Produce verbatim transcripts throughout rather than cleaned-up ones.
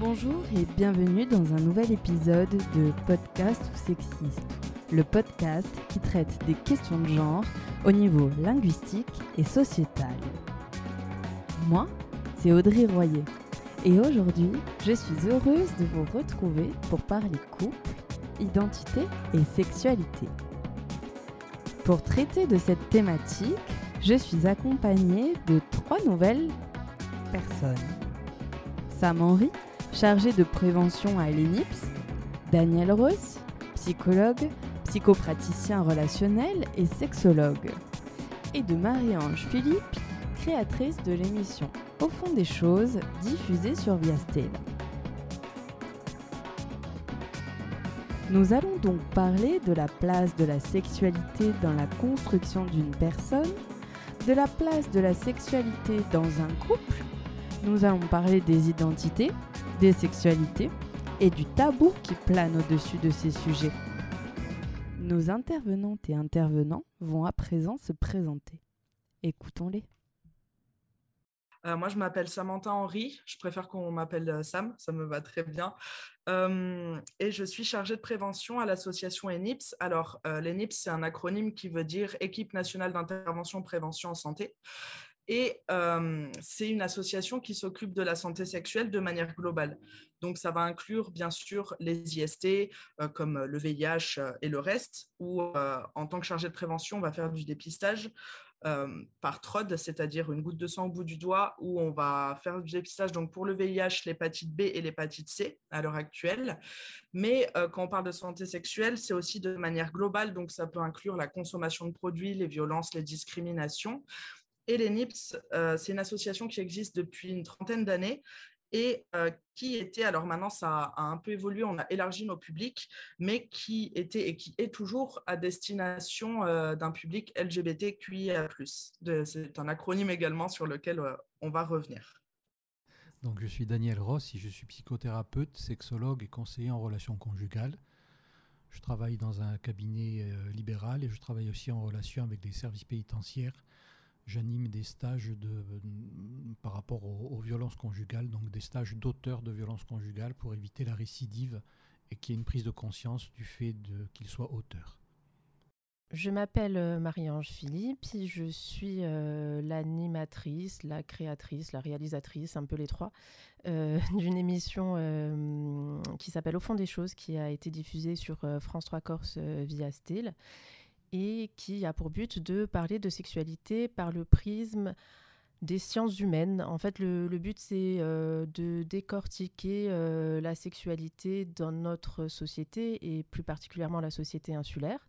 Bonjour et bienvenue dans un nouvel épisode de Podcast ou Sexiste, le podcast qui traite des questions de genre au niveau linguistique et sociétal. Moi, c'est Audrey Royer et aujourd'hui, je suis heureuse de vous retrouver pour parler couple, identité et sexualité. Pour traiter de cette thématique, je suis accompagnée de trois nouvelles personnes. Sam Henry, chargé de prévention à l'E N I P S, Daniel Ross, psychologue, psychopraticien relationnel et sexologue, et de Marie-Ange Philippe, créatrice de l'émission Au fond des choses, diffusée sur Viastel. Nous allons donc parler de la place de la sexualité dans la construction d'une personne, de la place de la sexualité dans un couple. Nous allons parler des identités, des sexualités et du tabou qui plane au-dessus de ces sujets. Nos intervenantes et intervenants vont à présent se présenter. Écoutons-les. Euh, moi, je m'appelle Samantha Henry. Je préfère qu'on m'appelle Sam, ça me va très bien. Euh, et je suis chargée de prévention à l'association E N I P S. Alors, euh, l'E N I P S, c'est un acronyme qui veut dire Équipe nationale d'intervention prévention en santé. Et euh, c'est une association qui s'occupe de la santé sexuelle de manière globale. Donc, ça va inclure, bien sûr, les I S T, euh, comme le V I H euh, et le reste, où, euh, en tant que chargée de prévention, on va faire du dépistage euh, par T R O D, c'est-à-dire une goutte de sang au bout du doigt, où on va faire du dépistage donc pour le V I H, l'hépatite B et l'hépatite C à l'heure actuelle. Mais euh, quand on parle de santé sexuelle, c'est aussi de manière globale, donc ça peut inclure la consommation de produits, les violences, les discriminations. Et l'E N I P S, euh, c'est une association qui existe depuis une trentaine d'années et euh, qui était, alors maintenant ça a un peu évolué, on a élargi nos publics, mais qui était et qui est toujours à destination euh, d'un public L G B T Q I A plus. De, c'est un acronyme également sur lequel euh, on va revenir. Donc, je suis Daniel Ross et je suis psychothérapeute, sexologue et conseiller en relations conjugales. Je travaille dans un cabinet euh, libéral et je travaille aussi en relation avec des services pénitentiaires. J'anime des stages de, euh, par rapport aux, aux violences conjugales, donc des stages d'auteurs de violences conjugales pour éviter la récidive et qu'il y ait une prise de conscience du fait de, qu'ils soient auteurs. Je m'appelle Marie-Ange Philippe, je suis euh, l'animatrice, la créatrice, la réalisatrice, un peu les trois, euh, d'une émission euh, qui s'appelle Au fond des choses, qui a été diffusée sur euh, France trois Corse euh, via Style et qui a pour but de parler de sexualité par le prisme des sciences humaines. En fait, le, le but, c'est euh, de décortiquer euh, la sexualité dans notre société et plus particulièrement la société insulaire.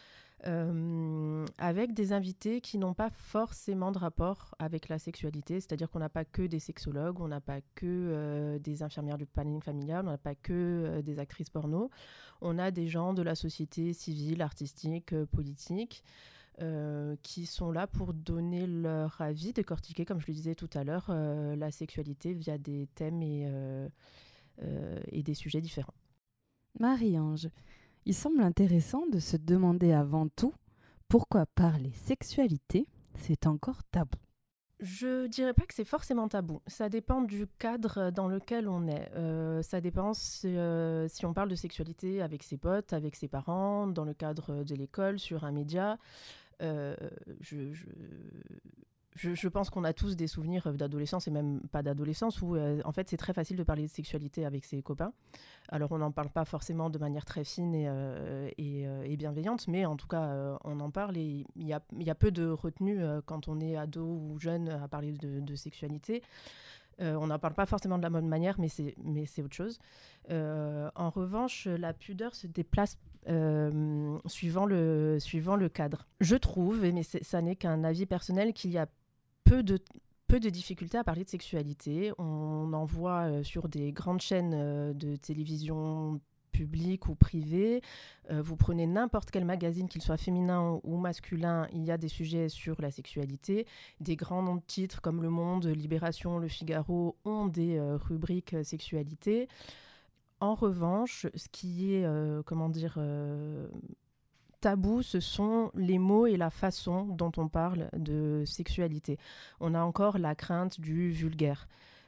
Euh, avec des invités qui n'ont pas forcément de rapport avec la sexualité, c'est-à-dire qu'on n'a pas que des sexologues, on n'a pas que euh, des infirmières du planning familial, on n'a pas que euh, des actrices porno, on a des gens de la société civile, artistique, euh, politique, euh, qui sont là pour donner leur avis, décortiquer, comme je le disais tout à l'heure, euh, la sexualité via des thèmes et, euh, euh, et des sujets différents. Marie-Ange, il semble intéressant de se demander avant tout pourquoi parler sexualité, c'est encore tabou. Je dirais pas que c'est forcément tabou. Ça dépend du cadre dans lequel on est. Euh, ça dépend si, euh, si on parle de sexualité avec ses potes, avec ses parents, dans le cadre de l'école, sur un média. Euh, je, je, je, je pense qu'on a tous des souvenirs d'adolescence et même pas d'adolescence où euh, en fait c'est très facile de parler de sexualité avec ses copains. Alors on n'en parle pas forcément de manière très fine et, euh, et, euh, et bienveillante, mais en tout cas euh, on en parle et il y a, y a peu de retenue euh, quand on est ado ou jeune à parler de, de sexualité. Euh, on n'en parle pas forcément de la bonne manière, mais c'est, mais c'est autre chose. Euh, en revanche, la pudeur se déplace euh, suivant, le, suivant le cadre. Je trouve, mais c'est, ça n'est qu'un avis personnel, qu'il y a peu de, peu de difficultés à parler de sexualité. On en voit euh, sur des grandes chaînes euh, de télévision publique ou privé. Euh, vous prenez n'importe quel magazine, qu'il soit féminin ou masculin, il y a des sujets sur la sexualité. Des grands noms de titres comme Le Monde, Libération, Le Figaro ont des euh, rubriques euh, sexualité. En revanche, ce qui est, euh, comment dire, euh, tabou, ce sont les mots et la façon dont on parle de sexualité. On a encore la crainte du vulgaire.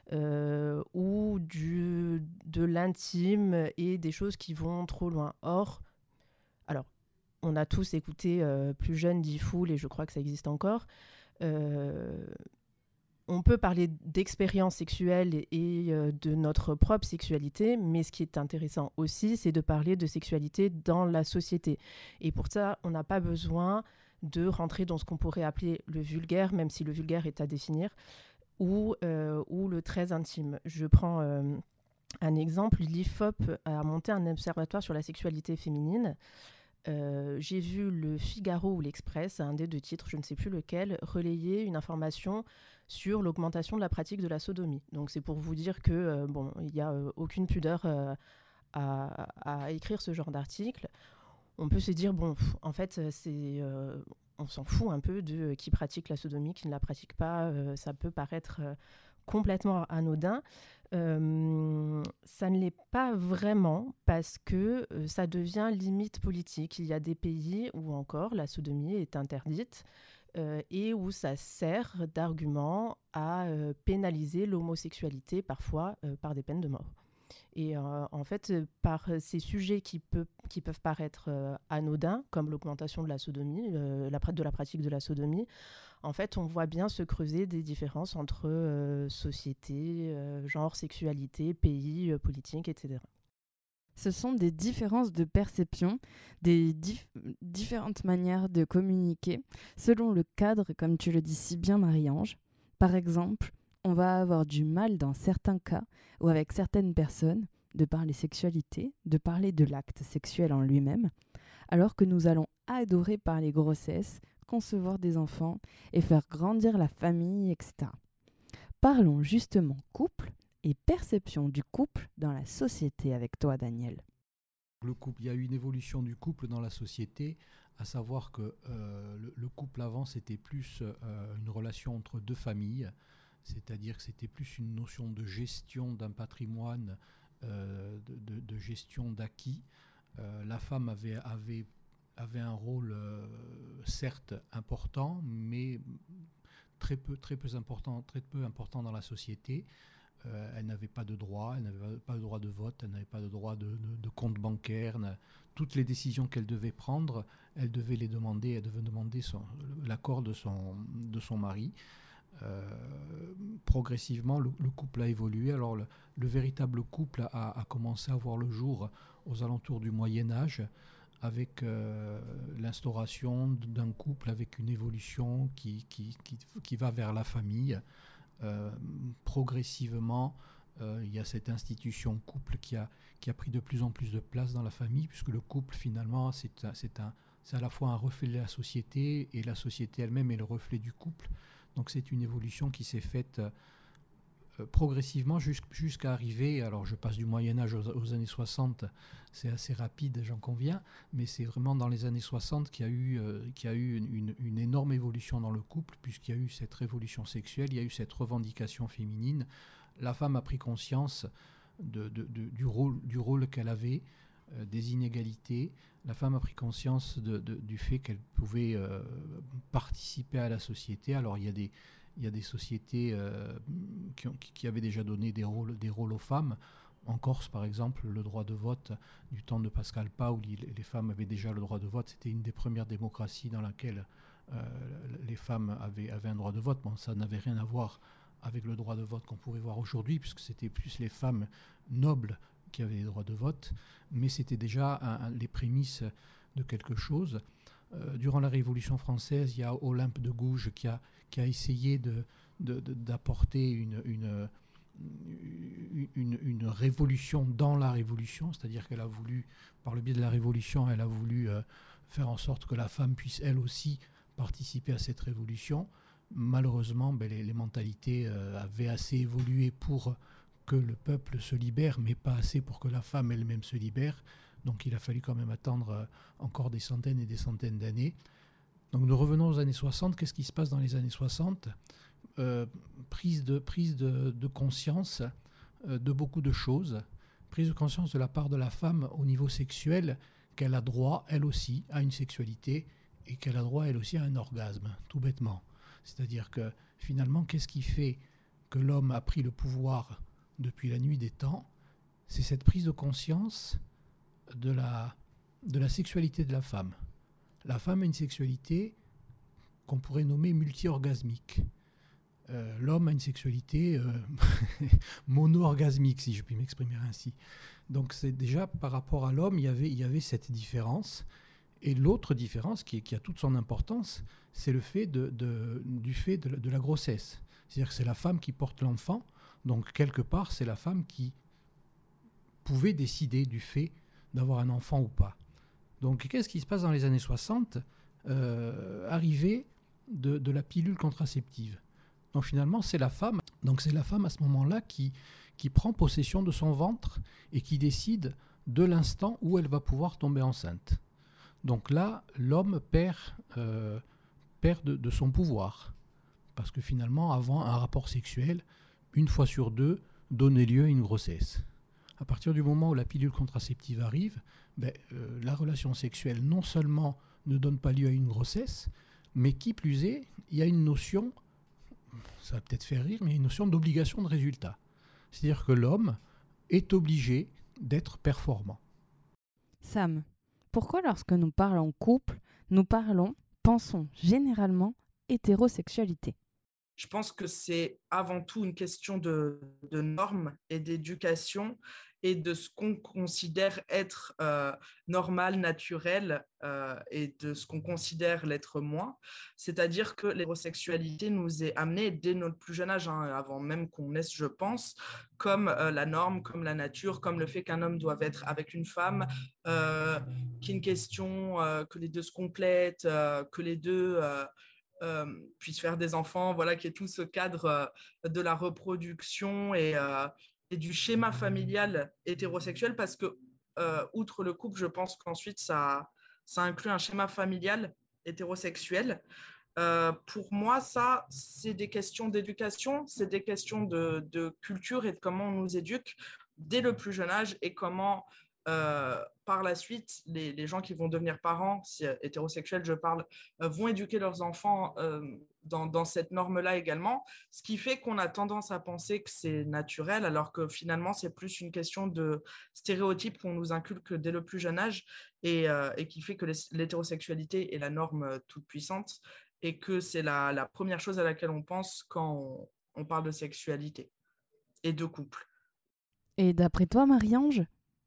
euh, ou du, de l'intime et des choses qui vont trop loin. Or, alors, on a tous écouté euh, plus jeune Diffoul, et je crois que ça existe encore. Euh, on peut parler d'expérience sexuelle et, et euh, de notre propre sexualité, mais ce qui est intéressant aussi, c'est de parler de sexualité dans la société. Et pour ça, on n'a pas besoin de rentrer dans ce qu'on pourrait appeler le vulgaire, même si le vulgaire est à définir, ou, euh, ou le très intime. Je prends euh, un exemple. L'I F O P a monté un observatoire sur la sexualité féminine. Euh, j'ai vu le Figaro ou l'Express, un des deux titres, je ne sais plus lequel, relayer une information sur l'augmentation de la pratique de la sodomie. Donc c'est pour vous dire que euh, bon, il n'y a euh, aucune pudeur euh, à, à écrire ce genre d'article. On peut se dire, bon, pff, en fait, c'est, euh, on s'en fout un peu de euh, qui pratique la sodomie, qui ne la pratique pas. Euh, ça peut paraître euh, complètement anodin. Euh, ça ne l'est pas vraiment parce que euh, ça devient limite politique. Il y a des pays où encore la sodomie est interdite euh, et où ça sert d'argument à euh, pénaliser l'homosexualité, parfois euh, par des peines de mort. Et euh, en fait, euh, par ces sujets qui, peut, qui peuvent paraître euh, anodins, comme l'augmentation de la sodomie, euh, la, de la pratique de la sodomie, en fait, on voit bien se creuser des différences entre euh, société, euh, genre, sexualité, pays, euh, politique, et cetera. Ce sont des différences de perception, des dif- différentes manières de communiquer, selon le cadre, comme tu le dis si bien, Marie-Ange. Par exemple, on va avoir du mal dans certains cas ou avec certaines personnes de parler sexualité, de parler de l'acte sexuel en lui-même, alors que nous allons adorer parler grossesse, concevoir des enfants et faire grandir la famille, et cetera. Parlons justement couple et perception du couple dans la société avec toi, Daniel. Le couple, il y a eu une évolution du couple dans la société, à savoir que euh, le, le couple avant, c'était plus euh, une relation entre deux familles, c'est-à-dire que c'était plus une notion de gestion d'un patrimoine, euh, de, de, de gestion d'acquis. Euh, la femme avait, avait, avait un rôle, euh, certes important, mais très peu, très peu important, très peu important dans la société. Euh, elle n'avait pas de droit, elle n'avait pas de droit de vote, elle n'avait pas de droit de, de, de compte bancaire. Toutes les décisions qu'elle devait prendre, elle devait les demander, elle devait demander son, l'accord de son, de son mari. Euh, progressivement, le, le couple a évolué. Alors, le, le véritable couple a, a commencé à voir le jour aux alentours du Moyen-Âge, avec euh, l'instauration d'un couple avec une évolution qui, qui, qui, qui va vers la famille. Euh, progressivement, euh, il y a cette institution couple qui a, qui a pris de plus en plus de place dans la famille, puisque le couple, finalement, c'est, un, c'est, un, c'est à la fois un reflet de la société, et la société elle-même est le reflet du couple. Donc c'est une évolution qui s'est faite euh, progressivement jusqu'à arriver, alors je passe du Moyen-Âge aux, aux années soixante, c'est assez rapide, j'en conviens, mais c'est vraiment dans les années soixante qu'il y a eu, euh, qu'il y a eu une, une, une énorme évolution dans le couple, puisqu'il y a eu cette révolution sexuelle, il y a eu cette revendication féminine. La femme a pris conscience de, de, de, du rôle, du rôle qu'elle avait, euh, des inégalités. La femme a pris conscience de, de, du fait qu'elle pouvait euh, participer à la société. Alors il y a des, il y a des sociétés euh, qui, ont, qui avaient déjà donné des rôles, des rôles aux femmes. En Corse, par exemple, le droit de vote du temps de Pascal Pau, où les femmes avaient déjà le droit de vote. C'était une des premières démocraties dans laquelle euh, les femmes avaient, avaient un droit de vote. Bon, ça n'avait rien à voir avec le droit de vote qu'on pourrait voir aujourd'hui, puisque c'était plus les femmes nobles qui avaient les droits de vote, mais c'était déjà un, un, les prémices de quelque chose. Euh, durant la Révolution française, il y a Olympe de Gouges qui a, qui a essayé de, de, de, d'apporter une, une, une, une révolution dans la Révolution, c'est-à-dire qu'elle a voulu, par le biais de la Révolution, elle a voulu euh, faire en sorte que la femme puisse elle aussi participer à cette révolution. Malheureusement, ben, les, les mentalités euh, avaient assez évolué pour que le peuple se libère, mais pas assez pour que la femme elle-même se libère. Donc il a fallu quand même attendre euh, encore des centaines et des centaines d'années. Donc nous revenons aux années soixante. Qu'est-ce qui se passe dans les années soixante ? euh, Prise de, prise de, de conscience euh, de beaucoup de choses. Prise de conscience de la part de la femme au niveau sexuel, qu'elle a droit, elle aussi, à une sexualité, et qu'elle a droit, elle aussi, à un orgasme, tout bêtement. C'est-à-dire que finalement, qu'est-ce qui fait que l'homme a pris le pouvoir depuis la nuit des temps, c'est cette prise de conscience de la, de la sexualité de la femme. La femme a une sexualité qu'on pourrait nommer multi-orgasmique. Euh, l'homme a une sexualité euh, mono-orgasmique, si je puis m'exprimer ainsi. Donc c'est déjà par rapport à l'homme, il y avait, il y avait cette différence. Et l'autre différence qui, qui a toute son importance, c'est le fait de, de, du fait de la, de la grossesse. C'est-à-dire que c'est la femme qui porte l'enfant, donc quelque part c'est la femme qui pouvait décider du fait d'avoir un enfant ou pas. Donc qu'est-ce qui se passe dans les années soixante ? euh, Arrivée de, de la pilule contraceptive. Donc finalement, c'est la femme. Donc c'est la femme à ce moment-là qui, qui prend possession de son ventre et qui décide de l'instant où elle va pouvoir tomber enceinte. Donc là, l'homme perd, euh, perd de, de son pouvoir. Parce que finalement, avant, un rapport sexuel, une fois sur deux, donnait lieu à une grossesse. À partir du moment où la pilule contraceptive arrive, ben, euh, la relation sexuelle non seulement ne donne pas lieu à une grossesse, mais qui plus est, il y a une notion, ça va peut-être faire rire, mais il y a une notion d'obligation de résultat. C'est-à-dire que l'homme est obligé d'être performant. Sam, pourquoi lorsque nous parlons couple, nous parlons, pensons généralement hétérosexualité ? Je pense que c'est avant tout une question de, de normes et d'éducation et de ce qu'on considère être euh, normal, naturel euh, et de ce qu'on considère l'être moins. C'est-à-dire que l'hétérosexualité nous est amenée dès notre plus jeune âge, hein, avant même qu'on naisse, je pense, comme euh, la norme, comme la nature, comme le fait qu'un homme doive être avec une femme, euh, qu'il y ait une question, euh, que les deux se complètent, euh, que les deux... Euh, Euh, puissent faire des enfants, voilà, qui est tout ce cadre euh, de la reproduction et, euh, et du schéma familial hétérosexuel, parce que, euh, outre le couple, je pense qu'ensuite, ça, ça inclut un schéma familial hétérosexuel. Euh, pour moi, ça, c'est des questions d'éducation, c'est des questions de, de culture et de comment on nous éduque dès le plus jeune âge et comment... Euh, par la suite, les, les gens qui vont devenir parents, si euh, hétérosexuels je parle, euh, vont éduquer leurs enfants euh, dans, dans cette norme-là également, ce qui fait qu'on a tendance à penser que c'est naturel, alors que finalement, c'est plus une question de stéréotypes qu'on nous inculque dès le plus jeune âge et, euh, et qui fait que les, l'hétérosexualité est la norme euh, toute puissante et que c'est la, la première chose à laquelle on pense quand on, on parle de sexualité et de couple. Et d'après toi, Marie-Ange ?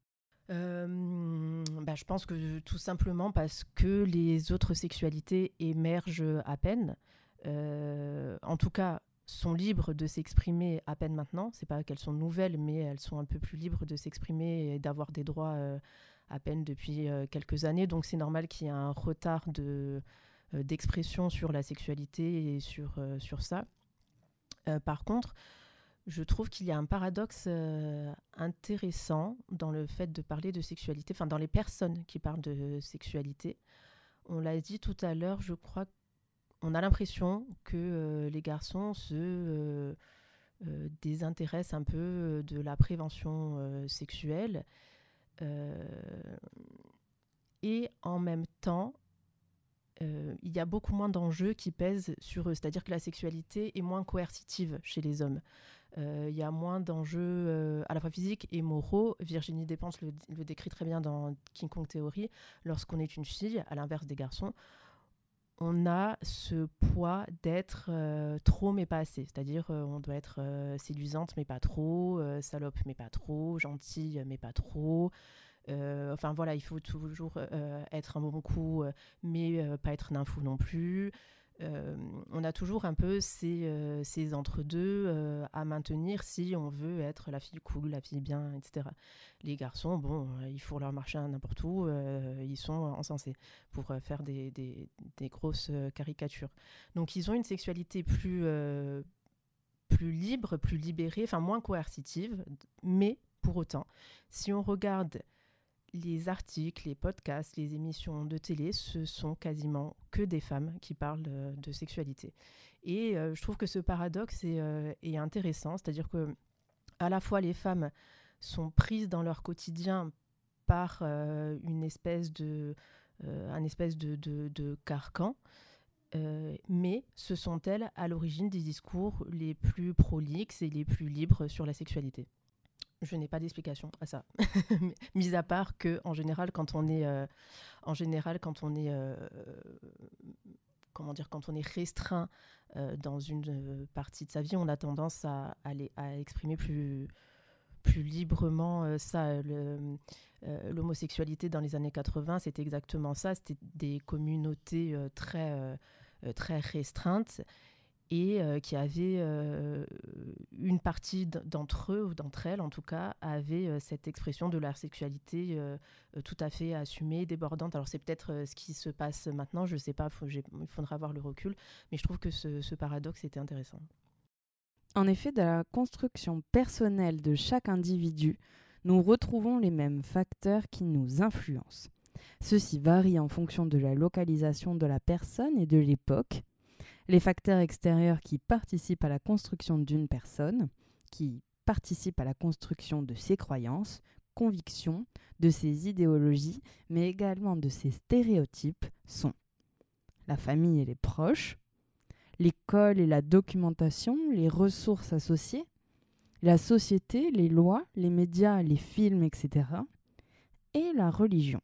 Euh, bah, je pense que tout simplement parce que les autres sexualités émergent à peine. Euh, en tout cas, sont libres de s'exprimer à peine maintenant. C'est pas qu'elles sont nouvelles, mais elles sont un peu plus libres de s'exprimer et d'avoir des droits euh, à peine depuis euh, quelques années. Donc c'est normal qu'il y ait un retard de, euh, d'expression sur la sexualité et sur, euh, sur ça. Euh, par contre, je trouve qu'il y a un paradoxe euh, intéressant dans le fait de parler de sexualité, enfin dans les personnes qui parlent de sexualité. On l'a dit tout à l'heure, je crois qu'on a l'impression que euh, les garçons se euh, euh, désintéressent un peu de la prévention euh, sexuelle. Euh, et en même temps, euh, il y a beaucoup moins d'enjeux qui pèsent sur eux. C'est-à-dire que la sexualité est moins coercitive chez les hommes. Il euh, y a moins d'enjeux euh, à la fois physiques et moraux. Virginie Despentes le, le décrit très bien dans King Kong Theory. Lorsqu'on est une fille, à l'inverse des garçons, on a ce poids d'être euh, trop mais pas assez. C'est-à-dire euh, on doit être euh, séduisante mais pas trop, euh, salope mais pas trop, gentille mais pas trop. Euh, enfin voilà, il faut toujours euh, être un bon coup, euh, mais euh, pas être nymphou non plus. Euh, on a toujours un peu ces, euh, ces entre-deux euh, à maintenir si on veut être la fille cool, la fille bien, et cetera. Les garçons, bon, euh, il faut leur marcher à n'importe où, euh, ils sont encensés pour euh, faire des, des, des grosses euh, caricatures. Donc ils ont une sexualité plus, euh, plus libre, plus libérée, enfin moins coercitive, mais pour autant, si on regarde les articles, les podcasts, les émissions de télé, ce sont quasiment que des femmes qui parlent de, de sexualité. Et euh, je trouve que ce paradoxe est, euh, est intéressant, c'est-à-dire que à la fois les femmes sont prises dans leur quotidien par euh, une espèce de, euh, un espèce de, de, de carcan, euh, mais ce sont elles à l'origine des discours les plus prolixes et les plus libres sur la sexualité. Je n'ai pas d'explication à ça, mis à part que en général, quand on est, euh, en général, quand on est, euh, comment dire, quand on est restreint euh, dans une euh, partie de sa vie, on a tendance à, à, les, à exprimer plus, plus librement euh, ça. Le, euh, l'homosexualité dans les années quatre-vingts, c'était exactement ça. C'était des communautés euh, très, euh, très restreintes. Et euh, qui avaient, euh, une partie d- d'entre eux, ou d'entre elles en tout cas, avaient euh, cette expression de leur sexualité euh, euh, tout à fait assumée, débordante. Alors c'est peut-être euh, ce qui se passe maintenant, je ne sais pas, faut, il faudra avoir le recul, mais je trouve que ce, ce paradoxe était intéressant. En effet, dans la construction personnelle de chaque individu, nous retrouvons les mêmes facteurs qui nous influencent. Ceux-ci varient en fonction de la localisation de la personne et de l'époque. Les facteurs extérieurs qui participent à la construction d'une personne, qui participent à la construction de ses croyances, convictions, de ses idéologies, mais également de ses stéréotypes, sont la famille et les proches, l'école et la documentation, les ressources associées, la société, les lois, les médias, les films, et cetera, et la religion.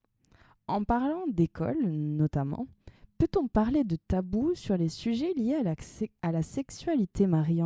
En parlant d'école, notamment, peut-on parler de tabous sur les sujets liés à la, à la sexualité, Marie-Ange ?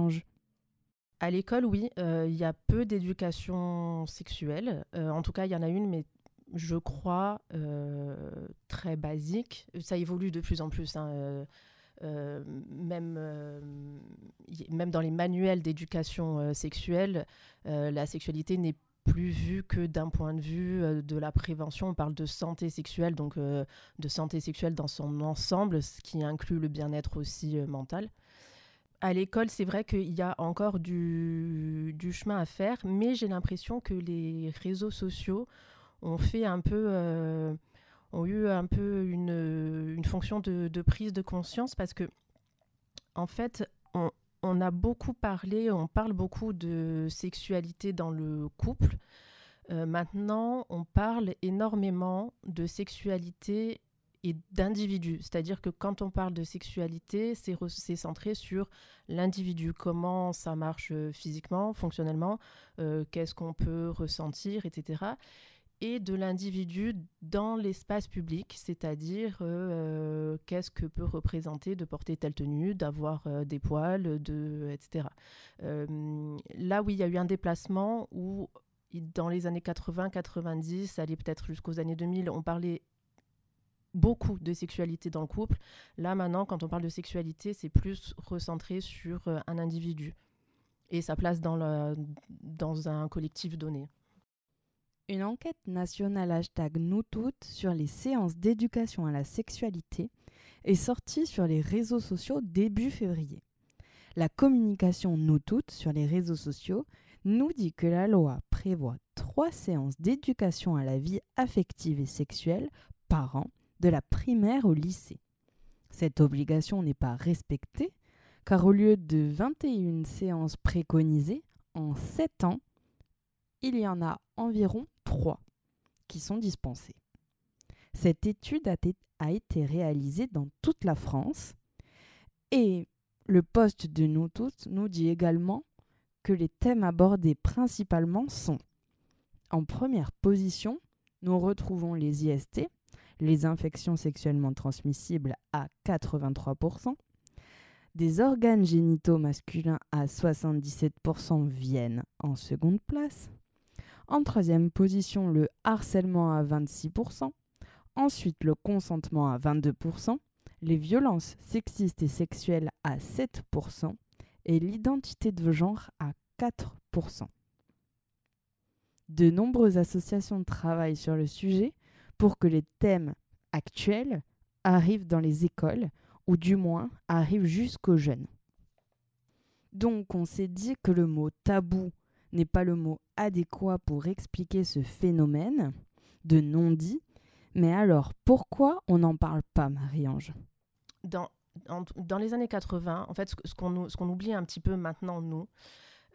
À l'école, oui, il euh, y a peu d'éducation sexuelle. Euh, en tout cas, il y en a une, mais je crois euh, très basique. Ça évolue de plus en plus. Hein, euh, euh, même, euh, y, même dans les manuels d'éducation euh, sexuelle, euh, la sexualité n'est plus vue que d'un point de vue euh, de la prévention. On parle de santé sexuelle, donc euh, de santé sexuelle dans son ensemble, ce qui inclut le bien-être aussi euh, mental. À l'école, c'est vrai qu'il y a encore du, du chemin à faire, mais j'ai l'impression que les réseaux sociaux ont fait un peu, euh, ont eu un peu une, une fonction de, de prise de conscience, parce que, en fait, on, on a beaucoup parlé, on parle beaucoup de sexualité dans le couple. Euh, maintenant, on parle énormément de sexualité et d'individus. C'est-à-dire que quand on parle de sexualité, c'est, re- c'est centré sur l'individu, comment ça marche euh, physiquement, fonctionnellement, euh, qu'est-ce qu'on peut ressentir, et cetera. Et de l'individu dans l'espace public, c'est-à-dire euh, qu'est-ce que peut représenter de porter telle tenue, d'avoir euh, des poils, de, et cetera. Euh, là où il y a eu un déplacement, où dans les années quatre-vingts quatre-vingt-dix, ça allait peut-être jusqu'aux années deux mille, on parlait beaucoup de sexualité dans le couple. Là, maintenant, quand on parle de sexualité, c'est plus recentré sur euh, un individu et sa place dans, le, dans un collectif donné. Une enquête nationale hashtag NouToutes sur les séances d'éducation à la sexualité est sortie sur les réseaux sociaux début février. La communication NouToutes sur les réseaux sociaux nous dit que la loi prévoit trois séances d'éducation à la vie affective et sexuelle par an, de la primaire au lycée. Cette obligation n'est pas respectée, car au lieu de vingt et une séances préconisées, en sept ans, il y en a environ trois qui sont dispensées. Cette étude a, t- a été réalisée dans toute la France et le post de NouToutes nous dit également que les thèmes abordés principalement sont: en première position, nous retrouvons les I S T, les infections sexuellement transmissibles à quatre-vingt-trois pour cent, des organes génitaux masculins à soixante-dix-sept pour cent viennent en seconde place. En troisième position, le harcèlement à vingt-six pour cent. Ensuite, le consentement à vingt-deux pour cent. Les violences sexistes et sexuelles à sept pour cent. Et l'identité de genre à quatre pour cent. De nombreuses associations travaillent sur le sujet pour que les thèmes actuels arrivent dans les écoles, ou du moins arrivent jusqu'aux jeunes. Donc on s'est dit que le mot tabou n'est pas le mot adéquat pour expliquer ce phénomène de non-dit, mais alors pourquoi on n'en parle pas, Marie-Ange ? Dans, en, dans les années quatre-vingts, en fait, ce, ce, qu'on, ce qu'on oublie un petit peu maintenant, nous,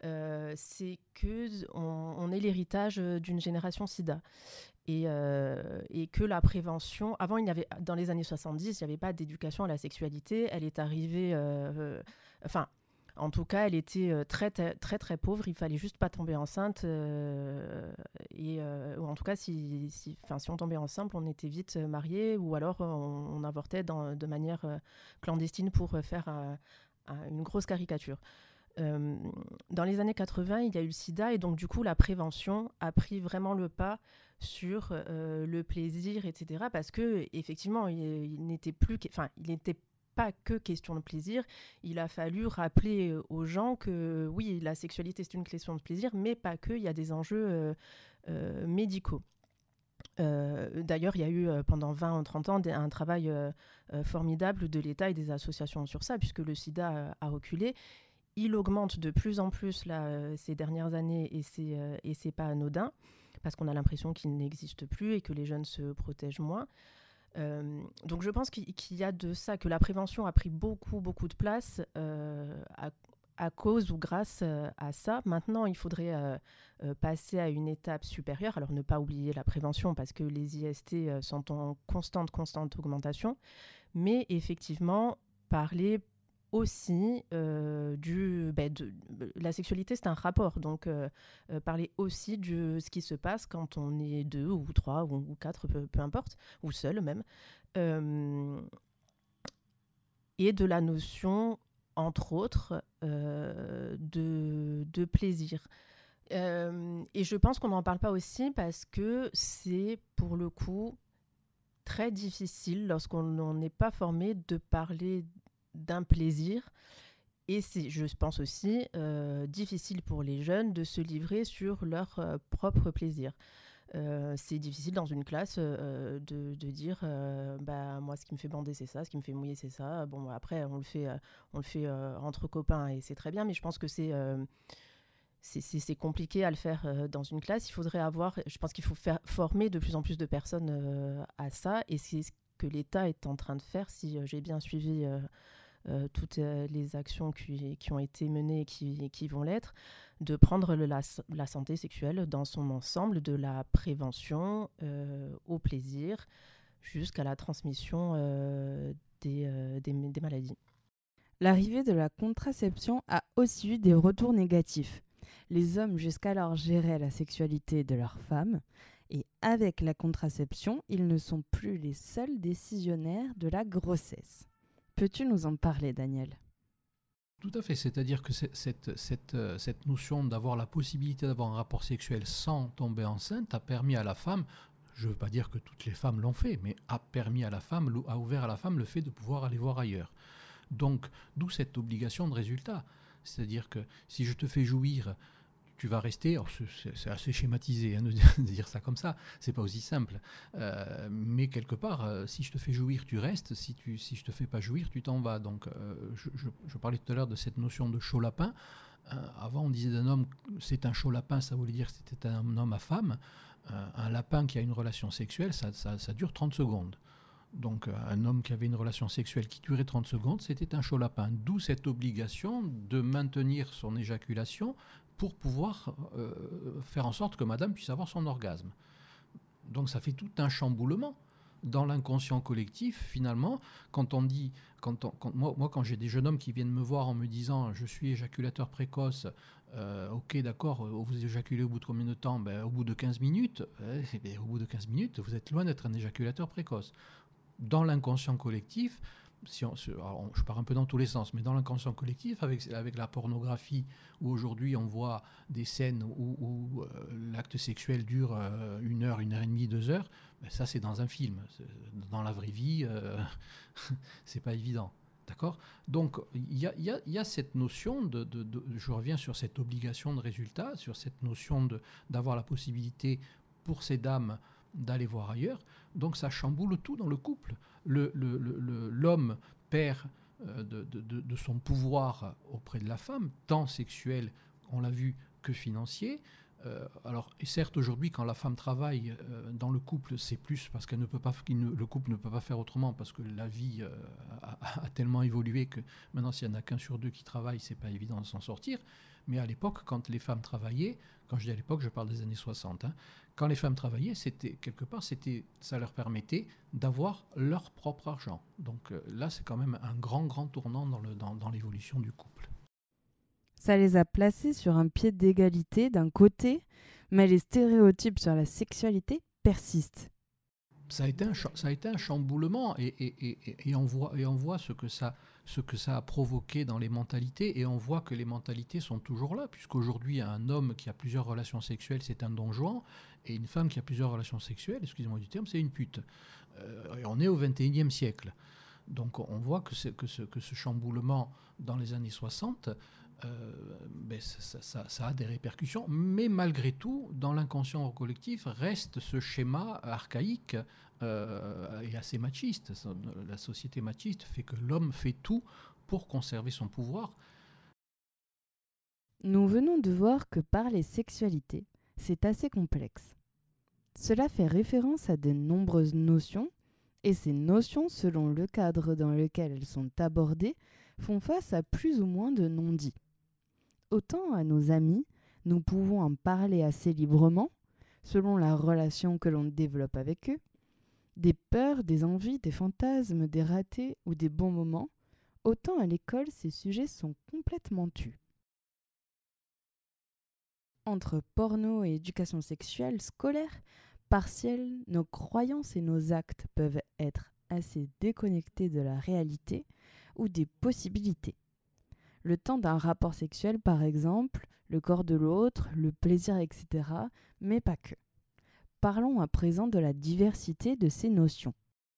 euh, c'est qu'on on est l'héritage d'une génération sida. Et, euh, et que la prévention... Avant, il y avait, dans les années soixante-dix, il n'y avait pas d'éducation à la sexualité. Elle est arrivée... Euh, enfin, en tout cas, elle était très, très, très, très pauvre. Il ne fallait juste pas tomber enceinte. Euh, et, euh, ou en tout cas, si, si, si on tombait enceinte, on était vite mariés. Ou alors, on, on avortait dans, de manière clandestine pour faire un, un, une grosse caricature. Euh, dans les années quatre-vingts, il y a eu le sida. Et donc, du coup, la prévention a pris vraiment le pas sur euh, le plaisir, et cetera. Parce qu'effectivement, il, il n'était plus... Enfin, il n'était pas que question de plaisir. Il a fallu rappeler aux gens que, oui, la sexualité, c'est une question de plaisir, mais pas que. Il y a des enjeux euh, euh, médicaux. Euh, d'ailleurs, il y a eu euh, pendant vingt ou trente ans un travail euh, euh, formidable de l'État et des associations sur ça, puisque le sida euh, a reculé. Il augmente de plus en plus là, euh, ces dernières années et c'est, euh, et c'est pas anodin, parce qu'on a l'impression qu'il n'existe plus et que les jeunes se protègent moins. Euh, donc je pense qu'il, qu'il y a de ça, que la prévention a pris beaucoup, beaucoup de place euh, à, à cause ou grâce euh, à ça. Maintenant, il faudrait euh, euh, passer à une étape supérieure. Alors ne pas oublier la prévention, parce que les I S T euh, sont en constante, constante augmentation. Mais effectivement, parler aussi euh, du... Ben de, la sexualité, c'est un rapport. Donc, euh, euh, parler aussi de ce qui se passe quand on est deux ou trois ou, ou quatre, peu, peu importe, ou seul même. Euh, et de la notion, entre autres, euh, de, de plaisir. Euh, et je pense qu'on n'en parle pas aussi parce que c'est, pour le coup, très difficile, lorsqu'on n'est pas formé, de parler d'un plaisir. Et c'est, je pense aussi, euh, difficile pour les jeunes de se livrer sur leur euh, propre plaisir. Euh, c'est difficile dans une classe euh, de, de dire euh, bah, moi, ce qui me fait bander, c'est ça, ce qui me fait mouiller, c'est ça. Bon, après, on le fait, euh, on le fait euh, entre copains et c'est très bien, mais je pense que c'est... Euh, C'est, c'est, c'est compliqué à le faire euh, dans une classe. Il faudrait avoir, je pense qu'il faut faire former de plus en plus de personnes euh, à ça, et c'est ce que l'État est en train de faire, si euh, j'ai bien suivi euh, euh, toutes euh, les actions qui, qui ont été menées et qui, qui vont l'être, de prendre le, la, la santé sexuelle dans son ensemble, de la prévention euh, au plaisir jusqu'à la transmission euh, des, euh, des, des maladies. L'arrivée de la contraception a aussi eu des retours négatifs. Les hommes jusqu'alors géraient la sexualité de leurs femmes, et avec la contraception, ils ne sont plus les seuls décisionnaires de la grossesse. Peux-tu nous en parler, Daniel ? Tout à fait, c'est-à-dire que cette, cette, cette, cette notion d'avoir la possibilité d'avoir un rapport sexuel sans tomber enceinte a permis à la femme, je ne veux pas dire que toutes les femmes l'ont fait, mais a permis à la femme, a ouvert à la femme le fait de pouvoir aller voir ailleurs. Donc, d'où cette obligation de résultat. C'est-à-dire que si je te fais jouir, tu vas rester, alors c'est, c'est assez schématisé hein, de, dire, de dire ça comme ça, c'est pas aussi simple, euh, mais quelque part, euh, si je te fais jouir, tu restes, si, tu, si je te fais pas jouir, tu t'en vas. Donc, euh, je, je, je parlais tout à l'heure de cette notion de chaud lapin. Euh, avant, on disait d'un homme, c'est un chaud lapin, ça voulait dire que c'était un homme à femme. Euh, un lapin qui a une relation sexuelle, ça, ça, ça dure trente secondes. Donc, un homme qui avait une relation sexuelle qui durait trente secondes, c'était un chaud lapin. D'où cette obligation de maintenir son éjaculation pour pouvoir euh, faire en sorte que madame puisse avoir son orgasme. Donc, ça fait tout un chamboulement dans l'inconscient collectif, finalement. Quand on dit... Quand on, quand, moi, moi, quand j'ai des jeunes hommes qui viennent me voir en me disant « je suis éjaculateur précoce euh, », ok, d'accord, vous éjaculez au bout de combien de temps ? Ben, au bout de quinze minutes. Eh bien, au bout de quinze minutes, vous êtes loin d'être un éjaculateur précoce. Dans l'inconscient collectif, si on, alors je pars un peu dans tous les sens, mais dans l'inconscient collectif, avec, avec la pornographie, où aujourd'hui on voit des scènes où, où euh, l'acte sexuel dure euh, une heure, une heure et demie, deux heures, ben ça c'est dans un film. C'est, dans la vraie vie, euh, c'est pas évident. D'accord ? Donc il y a, y, a, y a cette notion de, de, de, je reviens sur cette obligation de résultat, sur cette notion de, d'avoir la possibilité pour ces dames d'aller voir ailleurs. Donc ça chamboule tout dans le couple. Le, le, le, l'homme perd euh, de, de, de son pouvoir auprès de la femme, tant sexuel, on l'a vu, que financier. Euh, alors, et certes, aujourd'hui, quand la femme travaille euh, dans le couple, c'est plus parce qu'elle ne peut pas, ne, le couple ne peut pas faire autrement, parce que la vie euh, a, a tellement évolué que maintenant, s'il n'y en a qu'un sur deux qui travaille, c'est pas évident de s'en sortir. Mais à l'époque, quand les femmes travaillaient, quand je dis à l'époque, je parle des années soixante, hein, quand les femmes travaillaient, c'était, quelque part, c'était, ça leur permettait d'avoir leur propre argent. Donc euh, là, c'est quand même un grand, grand tournant dans, le, dans, dans l'évolution du couple. Ça les a placés sur un pied d'égalité d'un côté, mais les stéréotypes sur la sexualité persistent. Ça a été un, ça a été un chamboulement et, et, et, et, on voit, et on voit ce que, ça, ce que ça a provoqué dans les mentalités, et on voit que les mentalités sont toujours là, puisqu'aujourd'hui, un homme qui a plusieurs relations sexuelles, c'est un don Juan, et une femme qui a plusieurs relations sexuelles, excusez-moi du terme, c'est une pute. Euh, et on est au vingt et unième siècle. Donc on voit que, c'est, que, ce, que ce chamboulement dans les années soixante, euh, ben ça, ça, ça a des répercussions, mais malgré tout, dans l'inconscient collectif, reste ce schéma archaïque euh, et assez machiste. La société machiste fait que l'homme fait tout pour conserver son pouvoir. Nous venons de voir que parler sexualité, c'est assez complexe. Cela fait référence à de nombreuses notions, et ces notions, selon le cadre dans lequel elles sont abordées, font face à plus ou moins de non-dits. Autant à nos amis, nous pouvons en parler assez librement, selon la relation que l'on développe avec eux, des peurs, des envies, des fantasmes, des ratés ou des bons moments, autant à l'école, ces sujets sont complètement tus. Entre porno et éducation sexuelle scolaire, partielle, nos croyances et nos actes peuvent être assez déconnectés de la réalité ou des possibilités. Le temps d'un rapport sexuel, par exemple, le corps de l'autre, le plaisir, et cetera, mais pas que. Parlons à présent de la diversité de ces notions.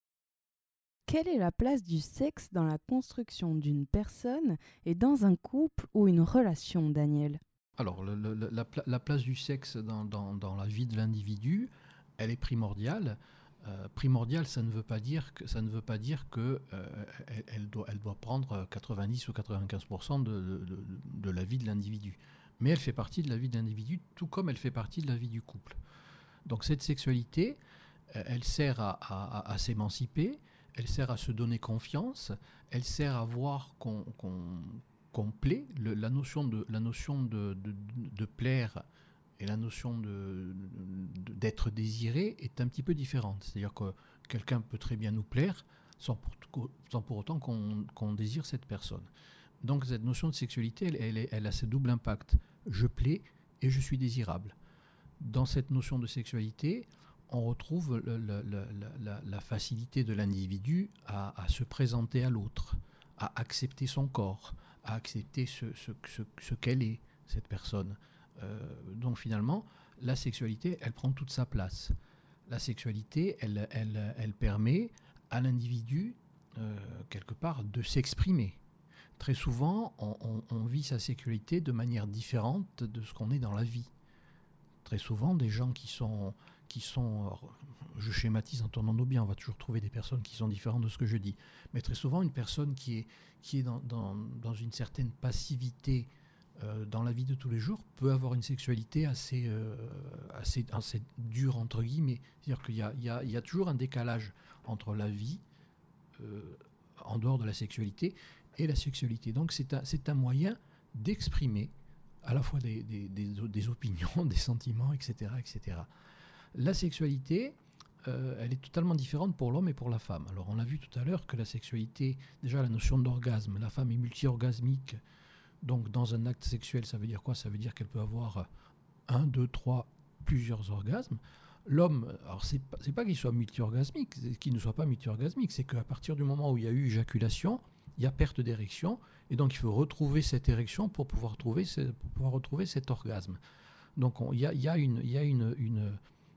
Quelle est la place du sexe dans la construction d'une personne et dans un couple ou une relation, Daniel ? Alors, le, le, la, la place du sexe dans, dans, dans la vie de l'individu, elle est primordiale. Euh, primordiale, ça ne veut pas dire que ça ne veut pas dire que euh, elle, elle doit elle doit prendre quatre-vingt-dix ou quatre-vingt-quinze pour cent de, de, de, de la vie de l'individu. Mais elle fait partie de la vie de l'individu, tout comme elle fait partie de la vie du couple. Donc cette sexualité, elle sert à, à, à s'émanciper, elle sert à se donner confiance, elle sert à voir qu'on, qu'on, qu'on plaît. Le, la notion de la notion de, de, de plaire et la notion de, de, d'être désiré est un petit peu différente. C'est-à-dire que quelqu'un peut très bien nous plaire sans pour, sans pour autant qu'on, qu'on désire cette personne. Donc cette notion de sexualité, elle, elle, elle a ce double impact. Je plais et je suis désirable. Dans cette notion de sexualité, on retrouve le, le, le, la, la facilité de l'individu à, à se présenter à l'autre, à accepter son corps, à accepter ce, ce, ce, ce qu'elle est, cette personne. Euh, donc finalement, la sexualité, elle prend toute sa place. La sexualité, elle, elle, elle permet à l'individu, euh, quelque part, de s'exprimer. Très souvent, on, on, on vit sa sexualité de manière différente de ce qu'on est dans la vie. Très souvent, des gens qui sont, qui sont alors, je schématise en tournant nos biens, on va toujours trouver des personnes qui sont différentes de ce que je dis, mais très souvent, une personne qui est, qui est dans, dans, dans une certaine passivité euh, dans la vie de tous les jours peut avoir une sexualité assez, euh, assez, assez dure, entre guillemets. C'est-à-dire qu'il y a, il y a, il y a toujours un décalage entre la vie euh, en dehors de la sexualité et la sexualité. Donc, c'est un, c'est un moyen d'exprimer à la fois des, des, des, des opinions, des sentiments, et cetera, et cetera. La sexualité, euh, elle est totalement différente pour l'homme et pour la femme. Alors, on a vu tout à l'heure que la sexualité, déjà la notion d'orgasme, la femme est multi-orgasmique. Donc, dans un acte sexuel, ça veut dire quoi ? Ça veut dire qu'elle peut avoir un, deux, trois, plusieurs orgasmes. L'homme, alors c'est pas, c'est pas qu'il soit multi-orgasmique, c'est qu'il ne soit pas multi-orgasmique, c'est qu'à partir du moment où il y a eu éjaculation, il y a perte d'érection, et donc il faut retrouver cette érection pour pouvoir, trouver, pour pouvoir retrouver cet orgasme. Donc il y a, y a, une, y a, une, une,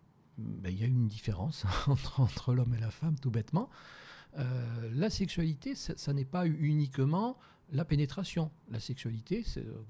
ben, y a une différence entre, entre l'homme et la femme, tout bêtement. Euh, la sexualité, ça, ça n'est pas uniquement la pénétration. La sexualité, c'est, euh,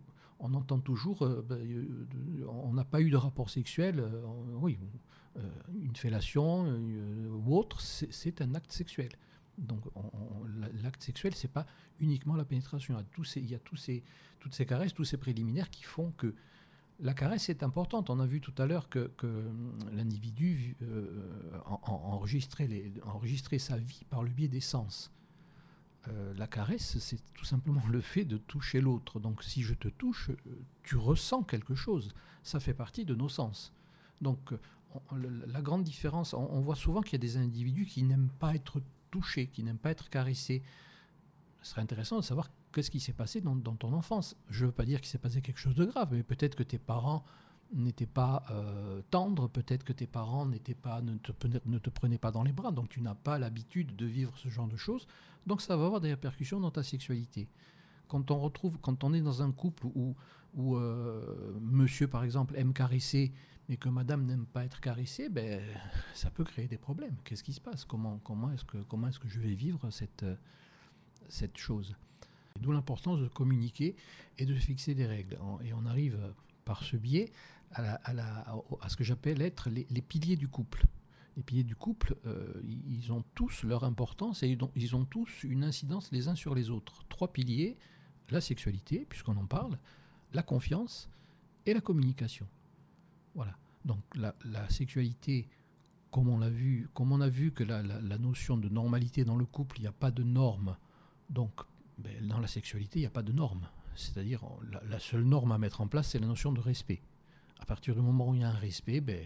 on entend toujours, euh, ben, euh, on n'a pas eu de rapport sexuel, euh, oui, euh, une fellation euh, ou autre, c'est, c'est un acte sexuel. Donc on, on, l'acte sexuel, c'est pas uniquement la pénétration. Il y a, tous ces, il y a tous ces, toutes ces caresses, tous ces préliminaires qui font que la caresse est importante. On a vu tout à l'heure que, que l'individu euh, en, en, enregistrait, les, enregistrait sa vie par le biais des sens. Euh, la caresse, c'est tout simplement le fait de toucher l'autre. Donc si je te touche, tu ressens quelque chose. Ça fait partie de nos sens. Donc on, la grande différence, on, on voit souvent qu'il y a des individus qui n'aiment pas être touchés, qui n'aiment pas être caressés. Ce serait intéressant de savoir qu'est-ce qui s'est passé dans, dans ton enfance. Je ne veux pas dire qu'il s'est passé quelque chose de grave, mais peut-être que tes parents n'étaient pas euh, tendres, peut-être que tes parents n'étaient pas, ne, te, ne te prenaient pas dans les bras, donc tu n'as pas l'habitude de vivre ce genre de choses, donc ça va avoir des répercussions dans ta sexualité. Quand on retrouve, quand on est dans un couple où, où euh, monsieur par exemple aime caresser, mais que madame n'aime pas être caressée, ben, ça peut créer des problèmes. Qu'est-ce qui se passe ? Comment, comment, est-ce que, comment est-ce que je vais vivre cette, cette chose ? D'où l'importance de communiquer et de fixer des règles. Et on arrive par ce biais à, la, à, la, à ce que j'appelle être les, les piliers du couple. Les piliers du couple, euh, ils ont tous leur importance et ils ont, ils ont tous une incidence les uns sur les autres. Trois piliers, la sexualité, puisqu'on en parle, la confiance et la communication. Voilà. Donc la, la sexualité, comme on l'a vu, comme on a vu que la, la, la notion de normalité dans le couple, il n'y a pas de normes. Donc ben, dans la sexualité, il n'y a pas de normes. C'est-à-dire, la, la seule norme à mettre en place, c'est la notion de respect. À partir du moment où il y a un respect, ben,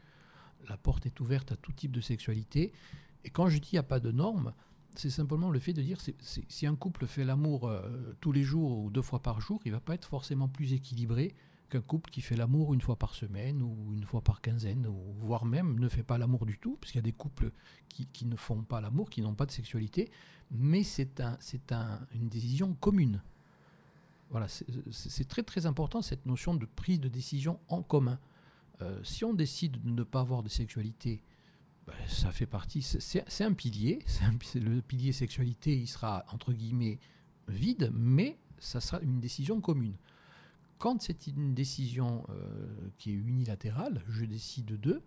la porte est ouverte à tout type de sexualité. Et quand je dis il n'y a pas de normes, c'est simplement le fait de dire, c'est, c'est, si un couple fait l'amour euh, tous les jours ou deux fois par jour, il ne va pas être forcément plus équilibré qu'un couple qui fait l'amour une fois par semaine ou une fois par quinzaine, ou voire même ne fait pas l'amour du tout, parce qu'il y a des couples qui, qui ne font pas l'amour, qui n'ont pas de sexualité, mais c'est, un, c'est un, une décision commune. Voilà, c'est, c'est très très important cette notion de prise de décision en commun. Euh, si on décide de ne pas avoir de sexualité, ben, ça fait partie, c'est, c'est un pilier, c'est un, c'est le pilier sexualité, il sera entre guillemets vide, mais ça sera une décision commune. Quand c'est une décision euh, qui est unilatérale, je décide d'eux,